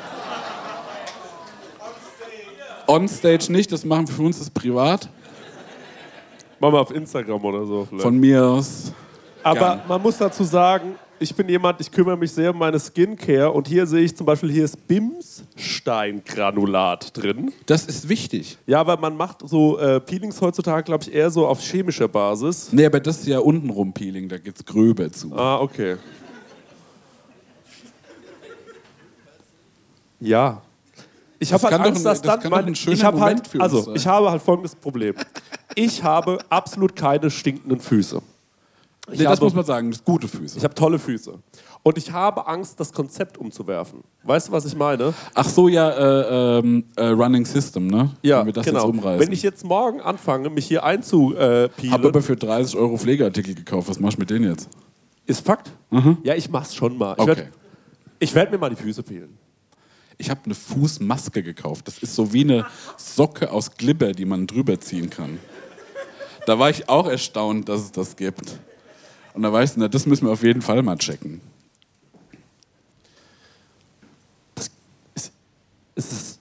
On-Stage nicht, das machen wir für uns, das ist privat. Machen wir auf Instagram oder so vielleicht. Von mir aus. Aber gern. man muss dazu sagen, ich bin jemand, ich kümmere mich sehr um meine Skincare und hier sehe ich zum Beispiel, hier ist Bimssteingranulat drin. Das ist wichtig. Ja, aber man macht so äh, Peelings heutzutage, glaube ich, eher so auf chemischer Basis. Nee, aber das ist ja untenrum Peeling, da geht's gröber zu. Ah, okay. Ja. Ich habe Das halt kann Angst, doch ein- dass das dann kann doch mein, ein schöner ich habe Moment halt, für uns also sein. ich habe halt folgendes Problem. Ich habe absolut keine stinkenden Füße. Ich Nee, das habe, muss man sagen, das sind gute Füße. ich habe tolle Füße. Und ich habe Angst, das Konzept umzuwerfen. Weißt du, was ich meine? Ach so, ja, äh, ähm, äh, Running System, ne? Ja, Wenn wir das genau. jetzt umreißen. Wenn ich jetzt morgen anfange, mich hier einzupeelen, habe aber für dreißig Euro Pflegeartikel gekauft. Was machst du mit denen jetzt? ist Fakt? Ja, ich mach's schon mal. Ich Okay. werde werd mir mal die Füße peelen. Ich habe eine Fußmaske gekauft. Das ist so wie eine Socke aus Glibber, die man drüber ziehen kann. Da war ich auch erstaunt, dass es das gibt. Und da weißt du, na, das müssen wir auf jeden Fall mal checken. Es ist.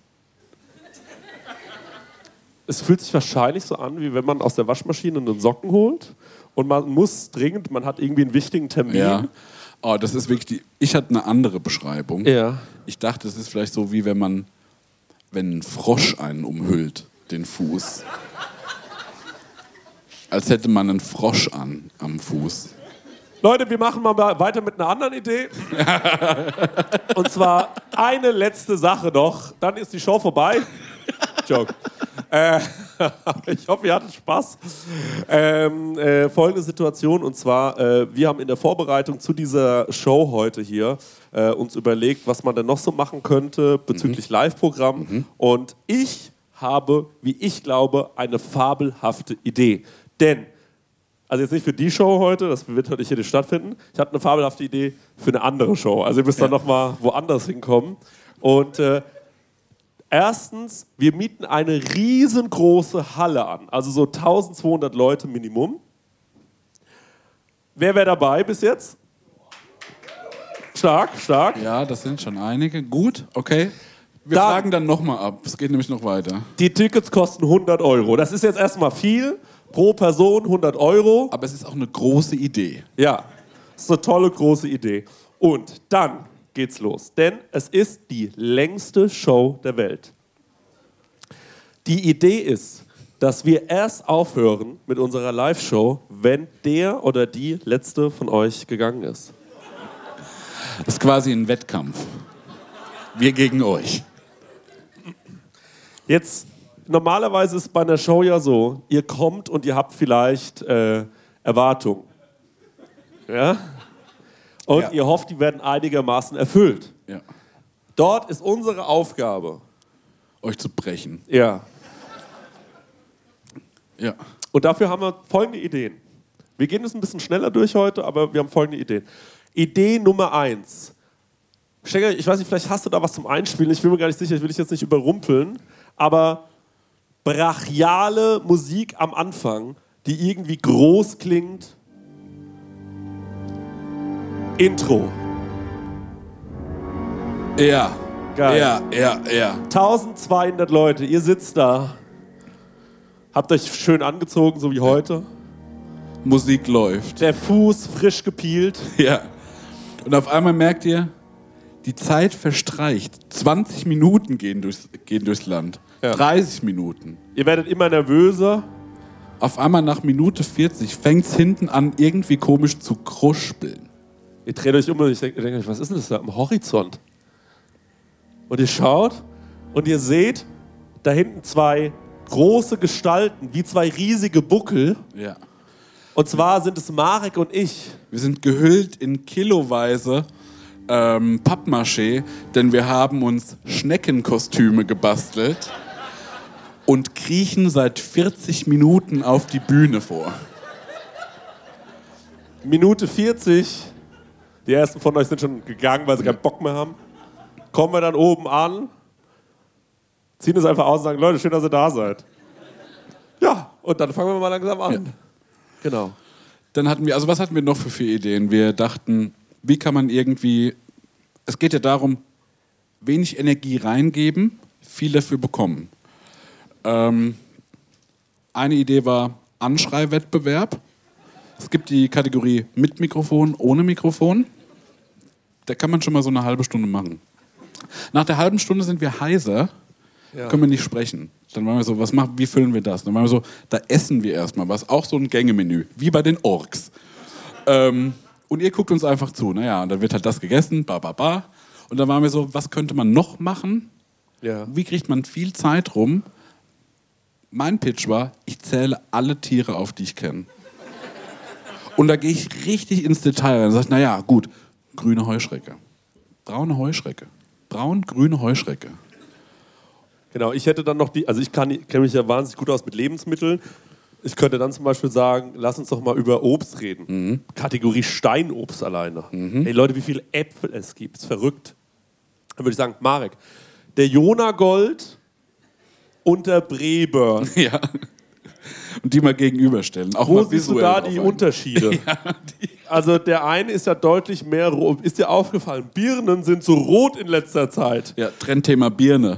Es fühlt sich wahrscheinlich so an, wie wenn man aus der Waschmaschine einen Socken holt und man muss dringend, man hat irgendwie einen wichtigen Termin. Ja. Oh, das ist wirklich die. Ich hatte eine andere Beschreibung. Ja. Ich dachte, es ist vielleicht so, wie wenn man, wenn ein Frosch einen umhüllt, den Fuß. Als hätte man einen Frosch an am Fuß. Leute, wir machen mal weiter mit einer anderen Idee. Und zwar eine letzte Sache noch, dann ist die Show vorbei. Joke. Äh, ich hoffe, ihr hattet Spaß. Ähm, äh, folgende Situation, und zwar, äh, wir haben in der Vorbereitung zu dieser Show heute hier äh, uns überlegt, was man denn noch so machen könnte bezüglich mhm. Live-Programm. Mhm. Und ich habe, wie ich glaube, eine fabelhafte Idee. Denn also jetzt nicht für die Show heute, das wird heute nicht hier stattfinden. Ich hatte eine fabelhafte Idee für eine andere Show. Also ihr müsst ja. dann nochmal woanders hinkommen. Und äh, erstens, wir mieten eine riesengroße Halle an. Also so eintausendzweihundert Leute Minimum. Wer wäre dabei bis jetzt? Stark, stark. Ja, das sind schon einige. Gut, okay. Wir Dann- fragen dann nochmal ab. Es geht nämlich noch weiter. Die Tickets kosten hundert Euro. Das ist jetzt erstmal viel. Pro Person hundert Euro. Aber es ist auch eine große Idee. Ja, das ist eine tolle, große Idee. Und dann geht's los. Denn es ist die längste Show der Welt. Die Idee ist, dass wir erst aufhören mit unserer Live-Show, wenn der oder die letzte von euch gegangen ist. Das ist quasi ein Wettkampf. Wir gegen euch. Jetzt, normalerweise ist es bei einer Show ja so, ihr kommt und ihr habt vielleicht äh, Erwartungen. Ja? Und Ja. ihr hofft, die werden einigermaßen erfüllt. Ja. Dort ist unsere Aufgabe. Euch zu brechen. Ja. Ja. Und dafür haben wir folgende Ideen. Wir gehen es ein bisschen schneller durch heute, aber wir haben folgende Ideen. Idee Nummer eins. Stenger, ich weiß nicht, vielleicht hast du da was zum Einspielen. Ich bin mir gar nicht sicher, ich will dich jetzt nicht überrumpeln. Aber brachiale Musik am Anfang, die irgendwie groß klingt. Intro. Ja. Geil. Ja, ja, ja. eintausendzweihundert Leute, ihr sitzt da. Habt euch schön angezogen, so wie heute. Musik läuft. Der Fuß frisch gepielt. Ja. Und auf einmal merkt ihr, die Zeit verstreicht. zwanzig Minuten gehen durchs, gehen durchs Land. Ja. dreißig Minuten. Ihr werdet immer nervöser. Auf einmal nach Minute vierzig fängt es hinten an, irgendwie komisch zu kruspeln. Ihr dreht euch um und ich denke, denk, was ist denn das da am Horizont? Und ihr schaut und ihr seht da hinten zwei große Gestalten, wie zwei riesige Buckel. Ja. Und zwar sind es Marek und ich. Wir sind gehüllt in kiloweise ähm, Pappmaché, denn wir haben uns Schneckenkostüme gebastelt und kriechen seit vierzig Minuten auf die Bühne vor. Minute vierzig. Die ersten von euch sind schon gegangen, weil sie keinen Bock mehr haben. Kommen wir dann oben an, ziehen es einfach aus und sagen, Leute, schön, dass ihr da seid. Ja, und dann fangen wir mal langsam an. Ja. Genau. Dann hatten wir, also was hatten wir noch für vier Ideen? Wir dachten, wie kann man irgendwie, es geht ja darum, wenig Energie reingeben, viel dafür bekommen. Ähm, eine Idee war Anschreiwettbewerb. Es gibt die Kategorie mit Mikrofon, ohne Mikrofon. Da kann man schon mal so eine halbe Stunde machen. Nach der halben Stunde sind wir heiser, ja. Können wir nicht sprechen. Dann waren wir so, was machen, wie füllen wir das? Dann waren wir so, da essen wir erstmal was, auch so ein Gängemenü, wie bei den Orks. Ähm, und ihr guckt uns einfach zu, naja, und dann wird halt das gegessen, ba, ba, ba. Und dann waren wir so, was könnte man noch machen? Ja. Wie kriegt man viel Zeit rum? Mein Pitch war, ich zähle alle Tiere auf, die ich kenne. Und da gehe ich richtig ins Detail rein und sage, naja, gut, grüne Heuschrecke, braune Heuschrecke, braun-grüne Heuschrecke. Genau, ich hätte dann noch die, also ich kenne mich ja wahnsinnig gut aus mit Lebensmitteln. Ich könnte dann zum Beispiel sagen, lass uns doch mal über Obst reden. Mhm. Kategorie Steinobst alleine. Mhm. Ey Leute, wie viele Äpfel es gibt, ist verrückt. Dann würde ich sagen, Marek, der Jonagold und der Breburn. Ja. Und die mal gegenüberstellen. Auch Wo mal siehst du da die Unterschiede? Ja, die also der eine ist ja deutlich mehr rot. Ist dir aufgefallen, Birnen sind so rot in letzter Zeit. Ja, Trendthema Birne.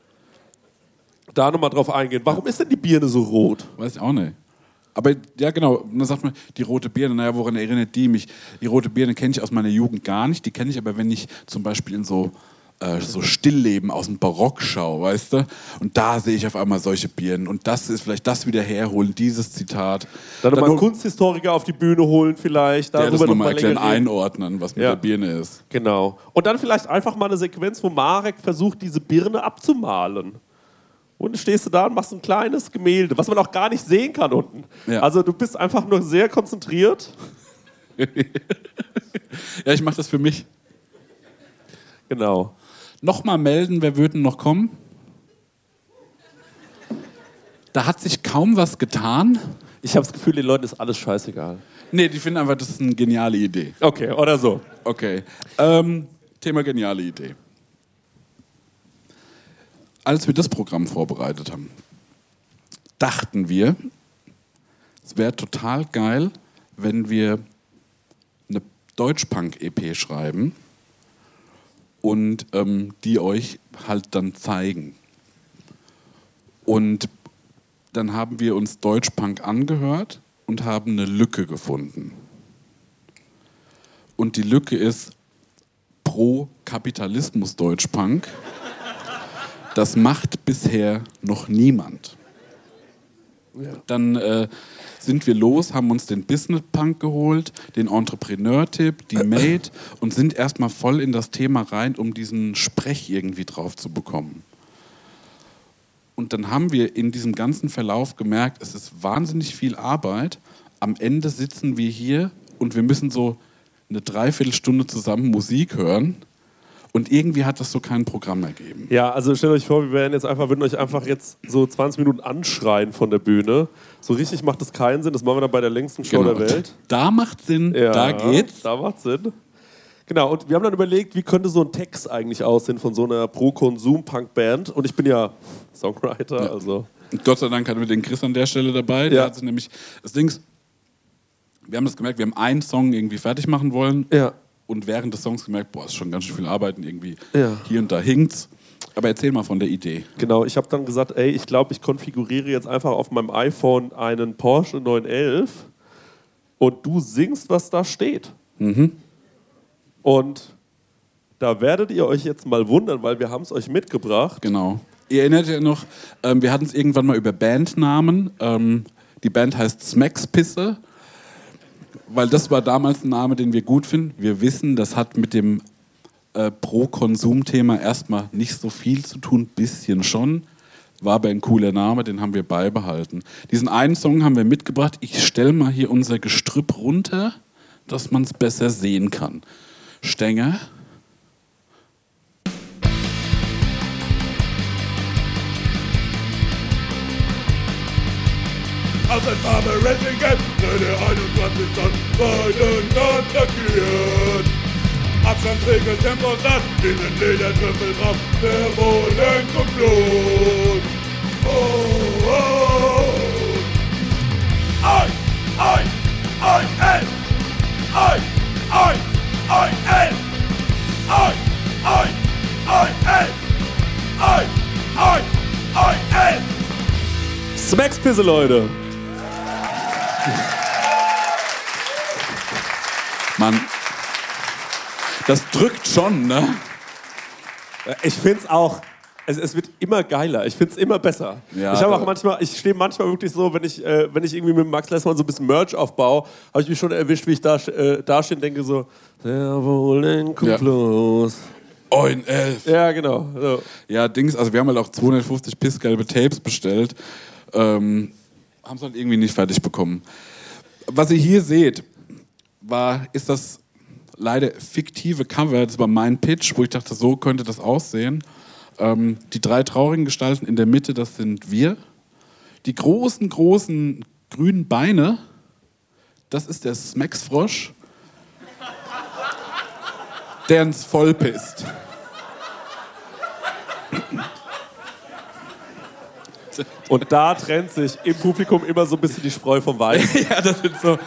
Da nochmal drauf eingehen. Warum ist denn die Birne so rot? Weiß ich auch nicht. Aber ja, genau. Und dann sagt man, die rote Birne, naja, woran erinnert die mich? Die rote Birne kenne ich aus meiner Jugend gar nicht. Die kenne ich aber, wenn ich zum Beispiel in so, äh, so Stillleben aus dem Barock schaue, weißt du? Und da sehe ich auf einmal solche Birnen. Und das ist vielleicht das wieder herholen, dieses Zitat. Dann nochmal einen Kunsthistoriker auf die Bühne holen vielleicht. Der das nochmal erklären, einordnen, was mit ja. der Birne ist. Genau. Und dann vielleicht einfach mal eine Sequenz, wo Marek versucht, diese Birne abzumalen. Und dann stehst du da und machst ein kleines Gemälde, was man auch gar nicht sehen kann unten. Ja. Also du bist einfach nur sehr konzentriert. Ja, ich mache das für mich. Genau. Nochmal melden, wer würde noch kommen? Da hat sich kaum was getan. Ich habe das Gefühl, den Leuten ist alles scheißegal. Nee, die finden einfach, das ist eine geniale Idee. Okay, oder so. Okay. Ähm, Thema geniale Idee. Als wir das Programm vorbereitet haben, dachten wir, es wäre total geil, wenn wir eine Deutschpunk-E P schreiben und ähm, die euch halt dann zeigen. Und dann haben wir uns Deutschpunk angehört und haben eine Lücke gefunden. Und die Lücke ist pro Kapitalismus Deutschpunk. Das macht bisher noch niemand. Ja. Dann äh, sind wir los, haben uns den Business Punk geholt, den Entrepreneur-Tipp, die Mate und sind erstmal voll in das Thema rein, um diesen Sprech irgendwie drauf zu bekommen. Und dann haben wir in diesem ganzen Verlauf gemerkt, es ist wahnsinnig viel Arbeit. Am Ende sitzen wir hier und wir müssen so eine Dreiviertelstunde zusammen Musik hören. Und irgendwie hat das so kein Programm ergeben. Ja, also stellt euch vor, wir werden jetzt einfach, würden euch einfach jetzt so zwanzig Minuten anschreien von der Bühne. So richtig macht das keinen Sinn. Das machen wir dann bei der längsten Show genau. der Welt. Da macht Sinn, ja, da geht's. Da macht Sinn. Genau, und wir haben dann überlegt, wie könnte so ein Text eigentlich aussehen von so einer Pro-Konsum-Punk-Band. Und ich bin ja Songwriter, ja. also... Und Gott sei Dank hatten wir den Chris an der Stelle dabei. Der ja. hat sich nämlich... Das Ding ist, wir haben das gemerkt, wir haben einen Song irgendwie fertig machen wollen. Ja. Und während des Songs gemerkt, boah, ist schon ganz schön viel Arbeit und irgendwie ja. hier und da hinkt's. Aber erzähl mal von der Idee. Genau, ich habe dann gesagt, ey, ich glaube, ich konfiguriere jetzt einfach auf meinem iPhone einen Porsche neun elf und du singst, was da steht. Mhm. Und da werdet ihr euch jetzt mal wundern, weil wir haben es euch mitgebracht. Genau. Ihr erinnert euch noch, ähm, wir hatten es irgendwann mal über Bandnamen. Ähm, die Band heißt Smackspisse. weil das war damals ein Name, den wir gut finden. Wir wissen, das hat mit dem äh, Pro-Konsum-Thema erstmal nicht so viel zu tun, bisschen schon. War aber ein cooler Name, den haben wir beibehalten. Diesen einen Song haben wir mitgebracht. Ich stelle mal hier unser Gestrüpp runter, dass man es besser sehen kann. Stenger. Aus ein Farbe Racing Game, der einundzwanzig Tonnen Weiden attackiert. Abstandsregel, Temposat, Innenleder, Trüffel drauf, Servolenk und Blut. Oh, oh. Ein, ein, ein, L. Ein, ein, ein, L. Ein, ein, ein, L. Ein, ein, ein, L. Smackspisse, Leute. Mann, das drückt schon, ne? Ich find's auch, es, es wird immer geiler, ich find's immer besser. Ja, ich habe auch da- manchmal, ich stehe manchmal wirklich so, wenn ich, äh, wenn ich irgendwie mit Max Lessmann so ein bisschen Merch aufbaue, habe ich mich schon erwischt, wie ich da, äh, da stehe und denke so, Servolenk Ja. plus. Ein, elf. Ja, genau. So. Ja, Dings, also wir haben halt auch zweihundertfünfzig pissgelbe Tapes bestellt. Ähm, haben es halt irgendwie nicht fertig bekommen. Was ihr hier seht, war, ist das leider fiktive Cover. Das war mein Pitch, wo ich dachte, so könnte das aussehen. Ähm, die drei traurigen Gestalten in der Mitte, das sind wir. Die großen, großen grünen Beine, das ist der Smexfrosch, der uns vollpisst. Und da trennt sich im Publikum immer so ein bisschen die Spreu vom Weizen. Ja, das sind so.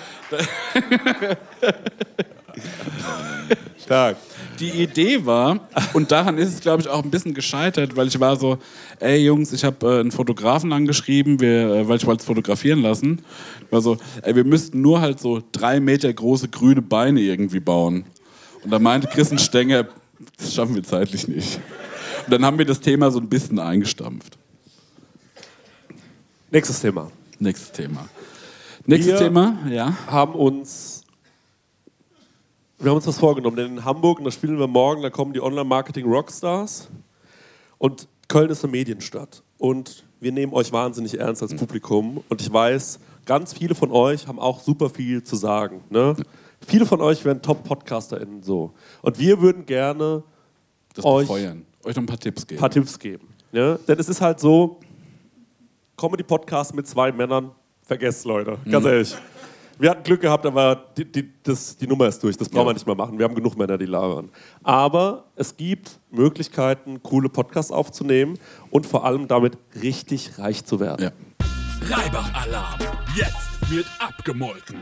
Stark. Die Idee war, und daran ist es, glaube ich, auch ein bisschen gescheitert, weil ich war so, ey Jungs, ich habe äh, einen Fotografen angeschrieben, wir, äh, weil ich wollte es fotografieren lassen. Ich war so, ey, wir müssten nur halt so drei Meter große grüne Beine irgendwie bauen. Und da meinte Christian Stenger, das schaffen wir zeitlich nicht. Und dann haben wir das Thema so ein bisschen eingestampft. Nächstes Thema. Nächstes Thema. Nächstes Wir Thema, ja. haben uns, wir haben uns was vorgenommen, denn in Hamburg, und da spielen wir morgen, da kommen die Online-Marketing-Rockstars und Köln ist eine Medienstadt und wir nehmen euch wahnsinnig ernst als Publikum und ich weiß, ganz viele von euch haben auch super viel zu sagen. Ne? Viele von euch wären Top-PodcasterInnen so und wir würden gerne Das euch befeuern. Euch noch ein paar Tipps geben. ein paar Tipps geben. Ne? Denn es ist halt so, Comedy-Podcast mit zwei Männern, vergesst Leute, ganz ehrlich. Wir hatten Glück gehabt, aber die, die, das, die Nummer ist durch, das brauchen Ja. wir nicht mehr machen. Wir haben genug Männer, die labern. Aber es gibt Möglichkeiten, coole Podcasts aufzunehmen und vor allem damit richtig reich zu werden. Ja. Reibach-Alarm. Jetzt wird abgemolken.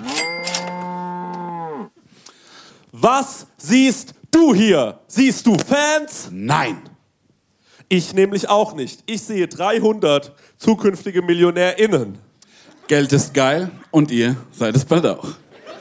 Was siehst du hier? Siehst du Fans? Nein! Ich nämlich auch nicht. Ich sehe dreihundert zukünftige MillionärInnen. Geld ist geil und ihr seid es bald auch.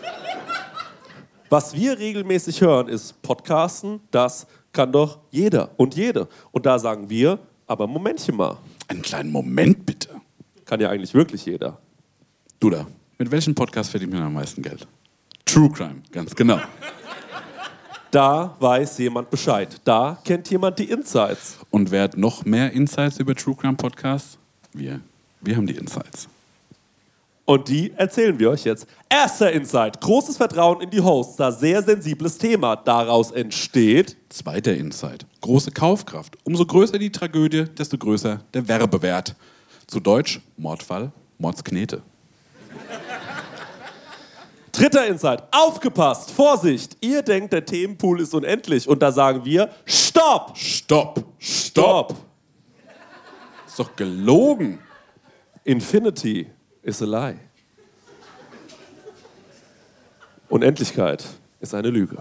Was wir regelmäßig hören, ist Podcasten, das kann doch jeder und jede. Und da sagen wir, aber Momentchen mal, Einen kleinen Moment bitte. kann ja eigentlich wirklich jeder. Du da, mit welchem Podcast verdient man am meisten Geld? True Crime, ganz genau. Da weiß jemand Bescheid. Da kennt jemand die Insights. Und wer hat noch mehr Insights über True Crime Podcasts? Wir. Wir haben die Insights. Und die erzählen wir euch jetzt. Erster Insight. Großes Vertrauen in die Hosts. Da sehr sensibles Thema daraus entsteht. Zweiter Insight. Große Kaufkraft. Umso größer die Tragödie, desto größer der Werbewert. Zu Deutsch Mordfall, Mordsknete. Dritter Insight. Aufgepasst. Vorsicht. Ihr denkt, der Themenpool ist unendlich. Und da sagen wir, Stopp. Stopp! Stopp! Ist doch gelogen. Infinity is a lie. Unendlichkeit ist eine Lüge.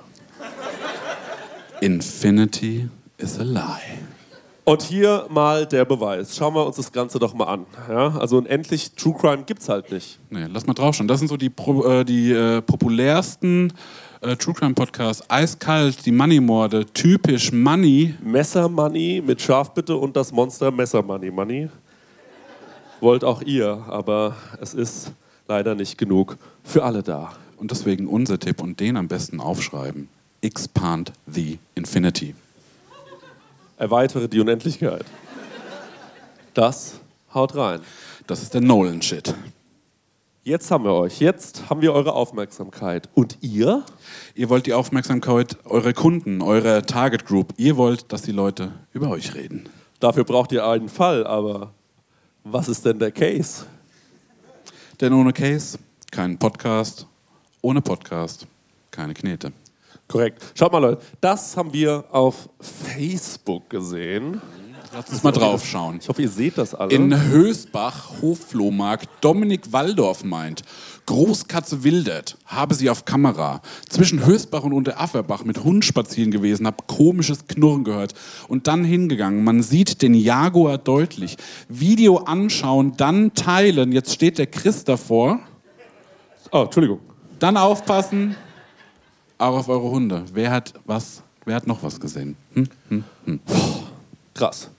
Infinity is a lie. Und hier mal der Beweis. Schauen wir uns das Ganze doch mal an. Ja? Also unendlich True Crime gibt's halt nicht. Nee, lass mal drauf schauen. Das sind so die, Pro, äh, die äh, populärsten äh, True Crime Podcasts. Eiskalt, die Money-Morde, typisch Money. Messer Money mit Schafbitte und das Monster Messer Money Money. Wollt auch ihr, aber es ist leider nicht genug für alle da. Und deswegen unser Tipp und den am besten aufschreiben. Expand the Infinity. Erweitere die Unendlichkeit. Das haut rein. Das ist der Nolan-Shit. Jetzt haben wir euch. Jetzt haben wir eure Aufmerksamkeit. Und ihr? Ihr wollt die Aufmerksamkeit eurer Kunden, eurer Target Group. Ihr wollt, dass die Leute über euch reden. Dafür braucht ihr einen Fall, aber was ist denn der Case? Denn ohne Case kein Podcast, ohne Podcast keine Knete. Korrekt. Schaut mal, Leute, das haben wir auf Facebook gesehen. Lass uns mal drauf schauen. Ich hoffe, ihr seht das alle. In Hösbach, Hofflohmarkt, Dominik Waldorf meint, Großkatze wildert, habe sie auf Kamera. Zwischen Hösbach und Unterafferbach mit Hund spazieren gewesen, hab komisches Knurren gehört und dann hingegangen. Man sieht den Jaguar deutlich. Video anschauen, dann teilen. Jetzt steht der Chris davor. Oh, Entschuldigung. Dann aufpassen. Auch auf eure Hunde. Wer hat was? Wer hat noch was gesehen? Hm? Hm? Hm. Krass.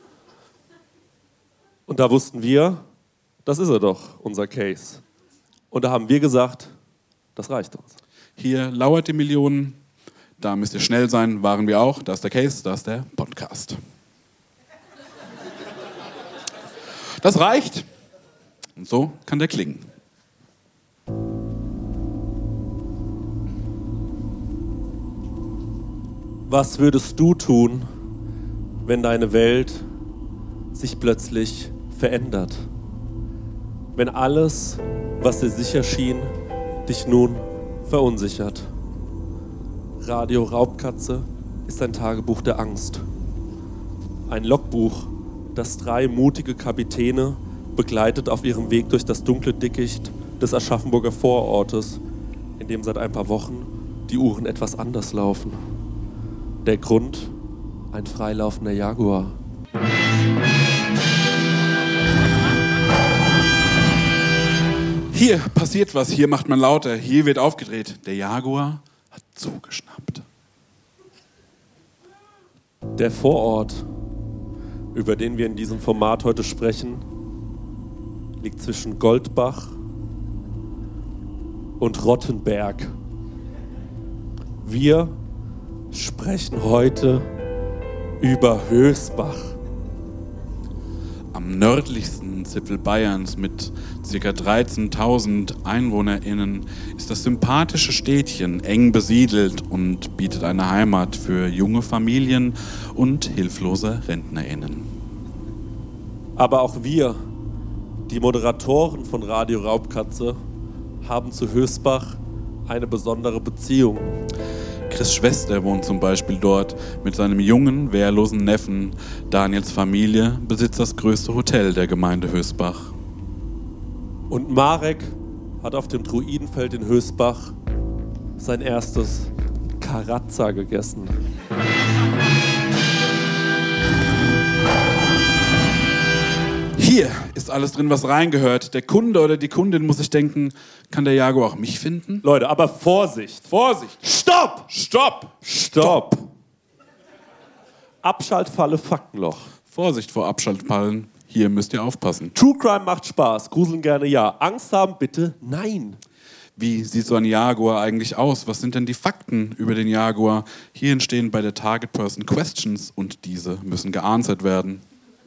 Und da wussten wir, das ist er doch, unser Case. Und da haben wir gesagt, das reicht uns. Hier lauert die Millionen, da müsst ihr schnell sein, waren wir auch. Da ist der Case, da ist der Podcast. Das reicht. Und so kann der klingen. Was würdest du tun, wenn deine Welt sich plötzlich verändert? Wenn alles, was dir sicher schien, dich nun verunsichert? Radio Raubkatze ist ein Tagebuch der Angst. Ein Logbuch, das drei mutige Kapitäne begleitet auf ihrem Weg durch das dunkle Dickicht des Aschaffenburger Vorortes, in dem seit ein paar Wochen die Uhren etwas anders laufen. Der Grund? Ein freilaufender Jaguar. Hier passiert was, hier macht man lauter, hier wird aufgedreht. Der Jaguar hat zugeschnappt. Der Vorort, über den wir in diesem Format heute sprechen, liegt zwischen Goldbach und Rottenberg. Wir sprechen heute über Hösbach. Am nördlichsten Zipfel Bayerns mit ca. dreizehntausend EinwohnerInnen ist das sympathische Städtchen eng besiedelt und bietet eine Heimat für junge Familien und hilflose RentnerInnen. Aber auch wir, die Moderatoren von Radio Raubkatze, haben zu Hösbach eine besondere Beziehung. Chris' Schwester wohnt zum Beispiel dort mit seinem jungen, wehrlosen Neffen. Daniels Familie besitzt das größte Hotel der Gemeinde Hösbach. Und Marek hat auf dem Druidenfeld in Hösbach sein erstes Karazza gegessen. Hier ist alles drin, was reingehört. Der Kunde oder die Kundin muss sich denken, kann der Jaguar auch mich finden? Leute, aber Vorsicht! Vorsicht! Stopp! Stopp! Stopp! Abschaltfalle, Faktenloch. Vorsicht vor Abschaltfallen. Hier müsst ihr aufpassen. True Crime macht Spaß, Gruseln gerne ja. Angst haben bitte nein. Wie sieht so ein Jaguar eigentlich aus? Was sind denn die Fakten über den Jaguar? Hier entstehen bei der Target Person Questions und diese müssen geanswert werden.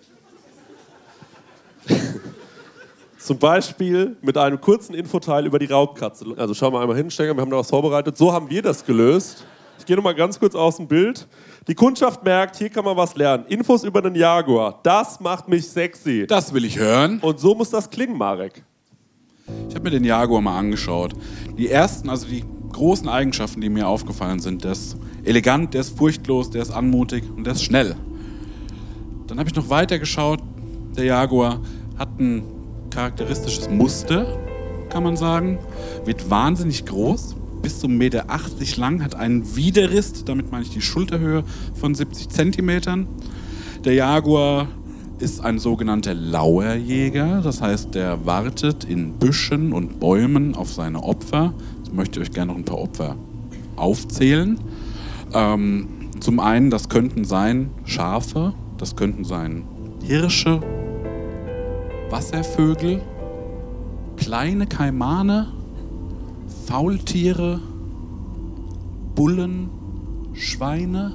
Zum Beispiel mit einem kurzen Infoteil über die Raubkatze. Also schauen wir einmal hin, Stenger, wir haben da was vorbereitet. So haben wir das gelöst. Ich gehe nochmal ganz kurz aus dem Bild. Die Kundschaft merkt, hier kann man was lernen. Infos über den Jaguar. Das macht mich sexy. Das will ich hören. Und so muss das klingen, Marek. Ich habe mir den Jaguar mal angeschaut. Die ersten, also die großen Eigenschaften, die mir aufgefallen sind, der ist elegant, der ist furchtlos, der ist anmutig und der ist schnell. Dann habe ich noch weiter geschaut. Der Jaguar hat ein charakteristisches Muster, kann man sagen. Wird wahnsinnig groß, bis zu eins Komma achtzig Meter lang, hat einen Widerriss, damit meine ich die Schulterhöhe von siebzig Zentimetern. Der Jaguar ist ein sogenannter Lauerjäger, das heißt, der wartet in Büschen und Bäumen auf seine Opfer. Jetzt möchte ich euch gerne noch ein paar Opfer aufzählen. Ähm, zum einen, das könnten sein Schafe, das könnten sein Hirsche, Wasservögel, kleine Kaimane, Faultiere, Bullen, Schweine.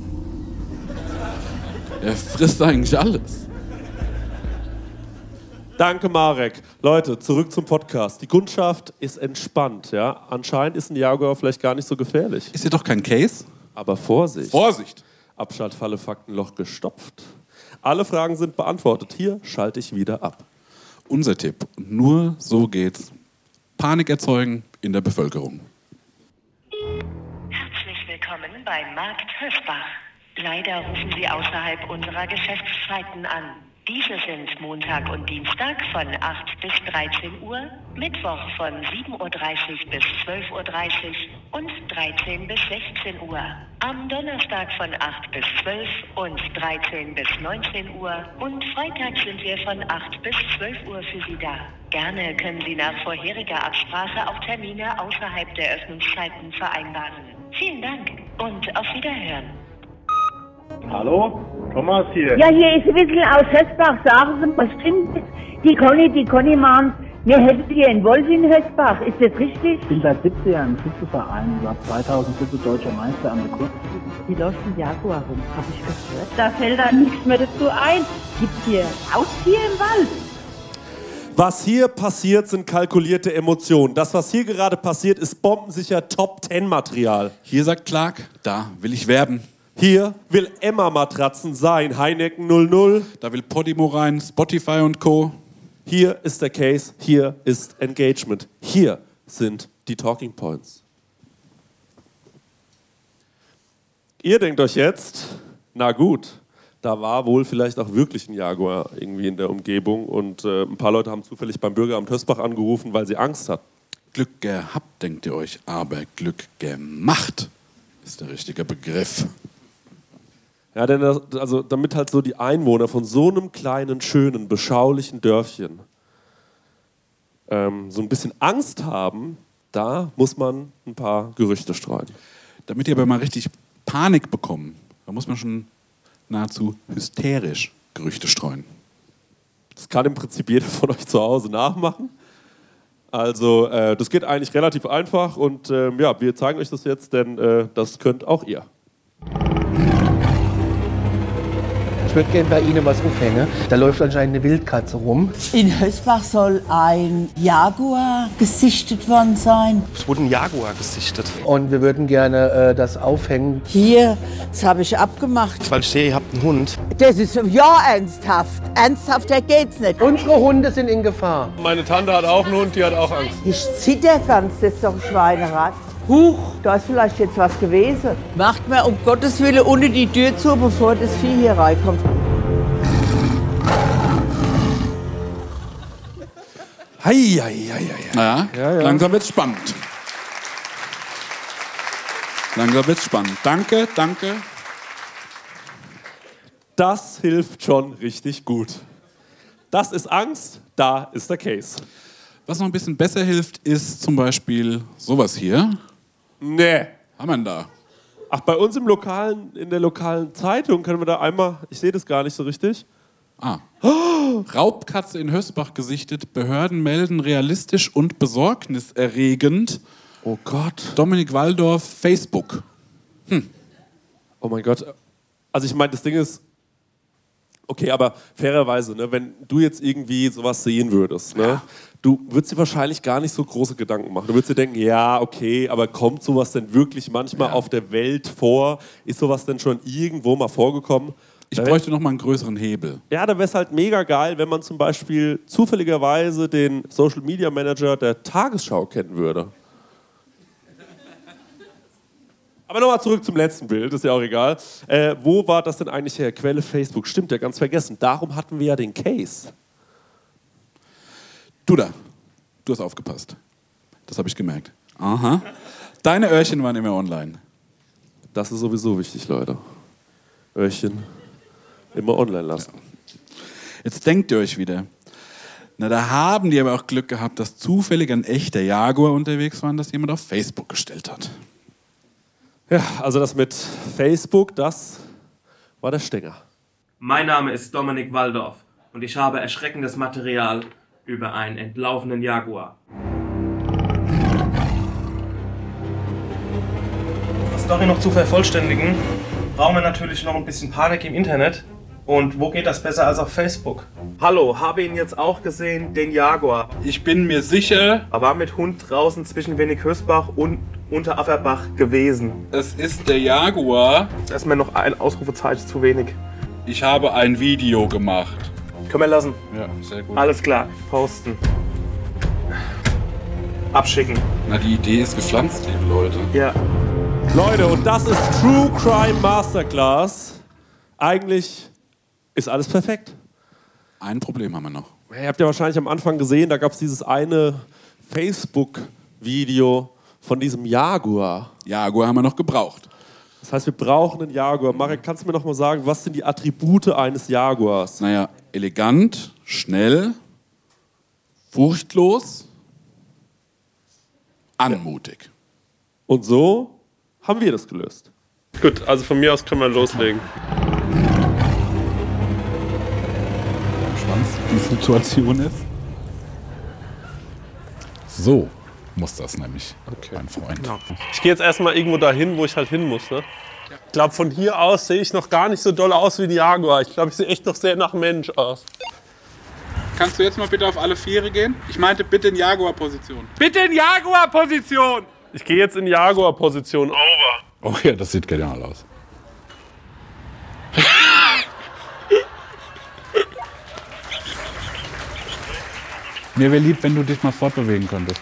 Er frisst eigentlich alles. Danke, Marek. Leute, zurück zum Podcast. Die Kundschaft ist entspannt. Ja? Anscheinend ist ein Jaguar vielleicht gar nicht so gefährlich. Ist hier doch kein Case? Aber Vorsicht. Vorsicht! Abschaltfalle, Faktenloch gestopft. Alle Fragen sind beantwortet. Hier schalte ich wieder ab. Unser Tipp. Nur so geht's. Panik erzeugen in der Bevölkerung. Herzlich willkommen beim Markt Hösbach. Leider rufen Sie außerhalb unserer Geschäftszeiten an. Diese sind Montag und Dienstag von acht bis dreizehn Uhr, Mittwoch von sieben Uhr dreißig bis zwölf Uhr dreißig und dreizehn bis sechzehn Uhr. Am Donnerstag von acht bis zwölf und dreizehn bis neunzehn Uhr und Freitag sind wir von acht bis zwölf Uhr für Sie da. Gerne können Sie nach vorheriger Absprache auch Termine außerhalb der Öffnungszeiten vereinbaren. Vielen Dank und auf Wiederhören. Hallo, Thomas hier. Ja, hier ist ein bisschen aus Hösbach. Sagen Sie, was stimmt das? Die Conny, die Conny meint, wir hätten hier einen Wolf in Hösbach. Ist das richtig? Ich bin seit siebzehn Jahren im Schützenverein, war zweitausendsiebzehn deutscher Meister an der Kurzstrecke. Wie läuft ein Jaguar rum? Hab ich gehört. Da fällt da nichts mehr dazu ein. Gibt's hier Haustier im Wald? Was hier passiert, sind kalkulierte Emotionen. Das, was hier gerade passiert, ist bombensicher Top-Ten-Material. Hier sagt Clark, da will ich werben. Hier will Emma-Matratzen sein, Heineken null null. Da will Podimo rein, Spotify und Co. Hier ist der Case, hier ist Engagement. Hier sind die Talking Points. Ihr denkt euch jetzt, na gut, da war wohl vielleicht auch wirklich ein Jaguar irgendwie in der Umgebung und äh, ein paar Leute haben zufällig beim Bürgeramt Hösbach angerufen, weil sie Angst hatten. Glück gehabt, denkt ihr euch, aber Glück gemacht ist der richtige Begriff. Ja, denn das, also damit halt so die Einwohner von so einem kleinen, schönen, beschaulichen Dörfchen ähm, so ein bisschen Angst haben, da muss man ein paar Gerüchte streuen. Damit die aber mal richtig Panik bekommen, da muss man schon nahezu hysterisch Gerüchte streuen. Das kann im Prinzip jeder von euch zu Hause nachmachen. Also äh, das geht eigentlich relativ einfach und äh, ja, wir zeigen euch das jetzt, denn äh, das könnt auch ihr. Ich würde gerne bei Ihnen was aufhängen. Da läuft anscheinend eine Wildkatze rum. In Hösbach soll ein Jaguar gesichtet worden sein. Es wurde ein Jaguar gesichtet. Und wir würden gerne äh, das aufhängen. Hier, das habe ich abgemacht. Weil ich sehe, ihr habt einen Hund. Das ist ja ernsthaft. Ernsthafter geht's nicht. Unsere Hunde sind in Gefahr. Meine Tante hat auch einen Hund, die hat auch Angst. Ich zitter ganz, das ist doch ein Schweinerad. Huch, da ist vielleicht jetzt was gewesen. Macht mir um Gottes Willen ohne die Tür zu, bevor das Vieh hier reinkommt. Hei, hei, hei, hei. Ja, Ja, ja. langsam wird's spannend. Langsam wird's spannend. Danke, danke. Das hilft schon richtig gut. Das ist Angst, da ist der Case. Was noch ein bisschen besser hilft, ist zum Beispiel sowas hier. Nee. Haben wir denn da? Ach, bei uns im lokalen, in der lokalen Zeitung können wir da einmal, ich sehe das gar nicht so richtig. Ah. Oh, Raubkatze in Hösbach gesichtet. Behörden melden realistisch und besorgniserregend. Oh Gott. Dominik Waldorf, Facebook. Hm. Oh mein Gott. Also ich meine, das Ding ist, okay, aber fairerweise, ne, wenn du jetzt irgendwie sowas sehen würdest, ne, Ja. du würdest dir wahrscheinlich gar nicht so große Gedanken machen. Du würdest dir denken, ja, okay, aber kommt sowas denn wirklich manchmal Ja. auf der Welt vor? Ist sowas denn schon irgendwo mal vorgekommen? Ich Da bräuchte noch mal einen größeren Hebel. Ja, da wäre es halt mega geil, wenn man zum Beispiel zufälligerweise den Social Media Manager der Tagesschau kennen würde. Aber nochmal zurück zum letzten Bild, ist ja auch egal. Äh, wo war das denn eigentlich her? Quelle Facebook, stimmt ja, ganz vergessen. Darum hatten wir ja den Case. Du da, du hast aufgepasst. Das habe ich gemerkt. Aha. Deine Öhrchen waren immer online. Das ist sowieso wichtig, Leute. Öhrchen immer online lassen. Jetzt denkt ihr euch wieder, na, da haben die aber auch Glück gehabt, dass zufällig ein echter Jaguar unterwegs war, das jemand auf Facebook gestellt hat. Ja, also das mit Facebook, das war der Stänger. Mein Name ist Dominik Waldorf und ich habe erschreckendes Material über einen entlaufenen Jaguar. Story noch zu vervollständigen, brauchen wir natürlich noch ein bisschen Panik im Internet. Und wo geht das besser als auf Facebook? Hallo, habe ihn jetzt auch gesehen, den Jaguar. Ich bin mir sicher... Er war mit Hund draußen zwischen Wenig-Hösbach und Unterafferbach gewesen. Es ist der Jaguar. Da ist mir noch ein Ausrufezeichen zu wenig. Ich habe ein Video gemacht. Können wir lassen? Ja, sehr gut. Alles klar, posten. Abschicken. Na, die Idee ist gepflanzt, liebe Leute. Ja. Leute, und das ist True Crime Masterclass. Eigentlich ist alles perfekt. Ein Problem haben wir noch. Ihr habt ja wahrscheinlich am Anfang gesehen, da gab es dieses eine Facebook-Video von diesem Jaguar. Jaguar haben wir noch gebraucht. Das heißt, wir brauchen einen Jaguar. Marek, kannst du mir noch mal sagen, was sind die Attribute eines Jaguars? Naja, elegant, schnell, furchtlos, anmutig. Und so haben wir das gelöst. Gut, also von mir aus können wir loslegen. Spannend, wie die Situation ist. So muss das nämlich, okay, mein Freund. Genau. Ich gehe jetzt erstmal irgendwo dahin, wo ich halt hin muss. Ne? Ich glaube, von hier aus sehe ich noch gar nicht so doll aus wie ein Jaguar. Ich glaube, ich sehe echt noch sehr nach Mensch aus. Kannst du jetzt mal bitte auf alle Viere gehen? Ich meinte bitte in Jaguar-Position. Bitte in Jaguar-Position! Ich gehe jetzt in Jaguar-Position. Over. Oh ja, das sieht genial aus. Mir wäre lieb, wenn du dich mal fortbewegen könntest.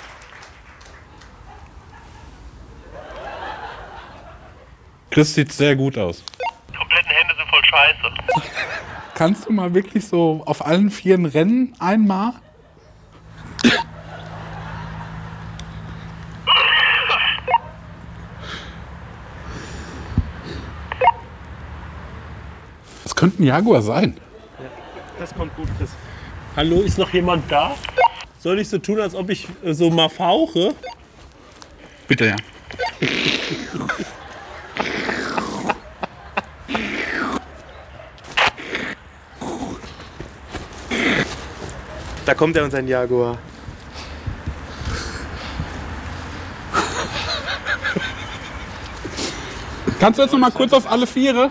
Chris sieht sehr gut aus. Die kompletten Hände sind voll scheiße. Kannst du mal wirklich so auf allen Vieren rennen einmal? Das könnte ein Jaguar sein. Ja, das kommt gut, Chris. Hallo, ist noch jemand da? Soll ich so tun, als ob ich äh, so mal fauche? Bitte, ja. Da kommt ja unser Jaguar. Kannst du jetzt noch mal kurz auf alle Viere?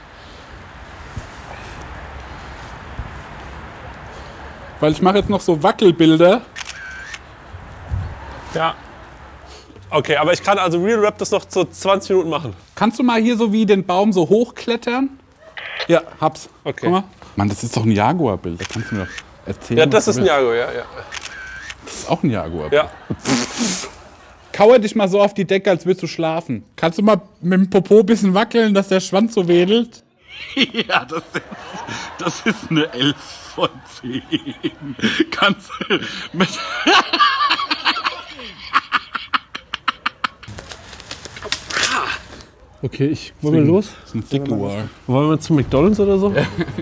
Weil ich mache jetzt noch so Wackelbilder. Ja. Okay, aber ich kann also Real Rap das noch so zwanzig Minuten machen. Kannst du mal hier so wie den Baum so hochklettern? Ja, hab's. Okay. Guck mal. Mann, das ist doch ein Jaguar-Bild. Da kannst du mir doch erzählen. Ja, das ist ein Jaguar, ja, ja. Das ist auch ein Jaguar. Ja. Kauer dich mal so auf die Decke, als würdest du schlafen. Kannst du mal mit dem Popo ein bisschen wackeln, dass der Schwanz so wedelt? Ja, das ist, das ist eine elf von zehn. Kannst du mit... Okay, ich... Wollen wir los? Das ist ein Jaguar. Wollen wir zum McDonald's oder so?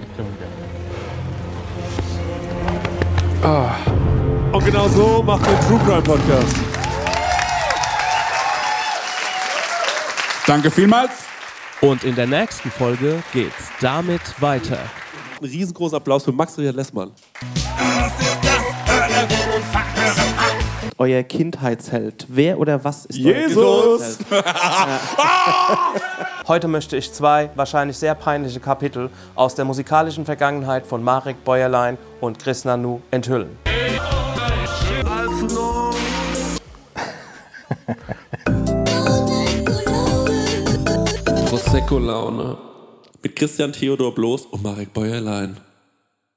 Ah. Und genau so macht der True Crime Podcast. Danke vielmals. Und in der nächsten Folge geht's damit weiter. Ein riesengroßer Applaus für Max-Richard Lessmann. Euer Kindheitsheld. Wer oder was ist Jesus! euer Kindheitsheld? Heute möchte ich zwei wahrscheinlich sehr peinliche Kapitel aus der musikalischen Vergangenheit von Marek Bäuerlein und Chris Nanu enthüllen. Prosecco-Laune mit Christian Theodor Bloß und Marek Bäuerlein.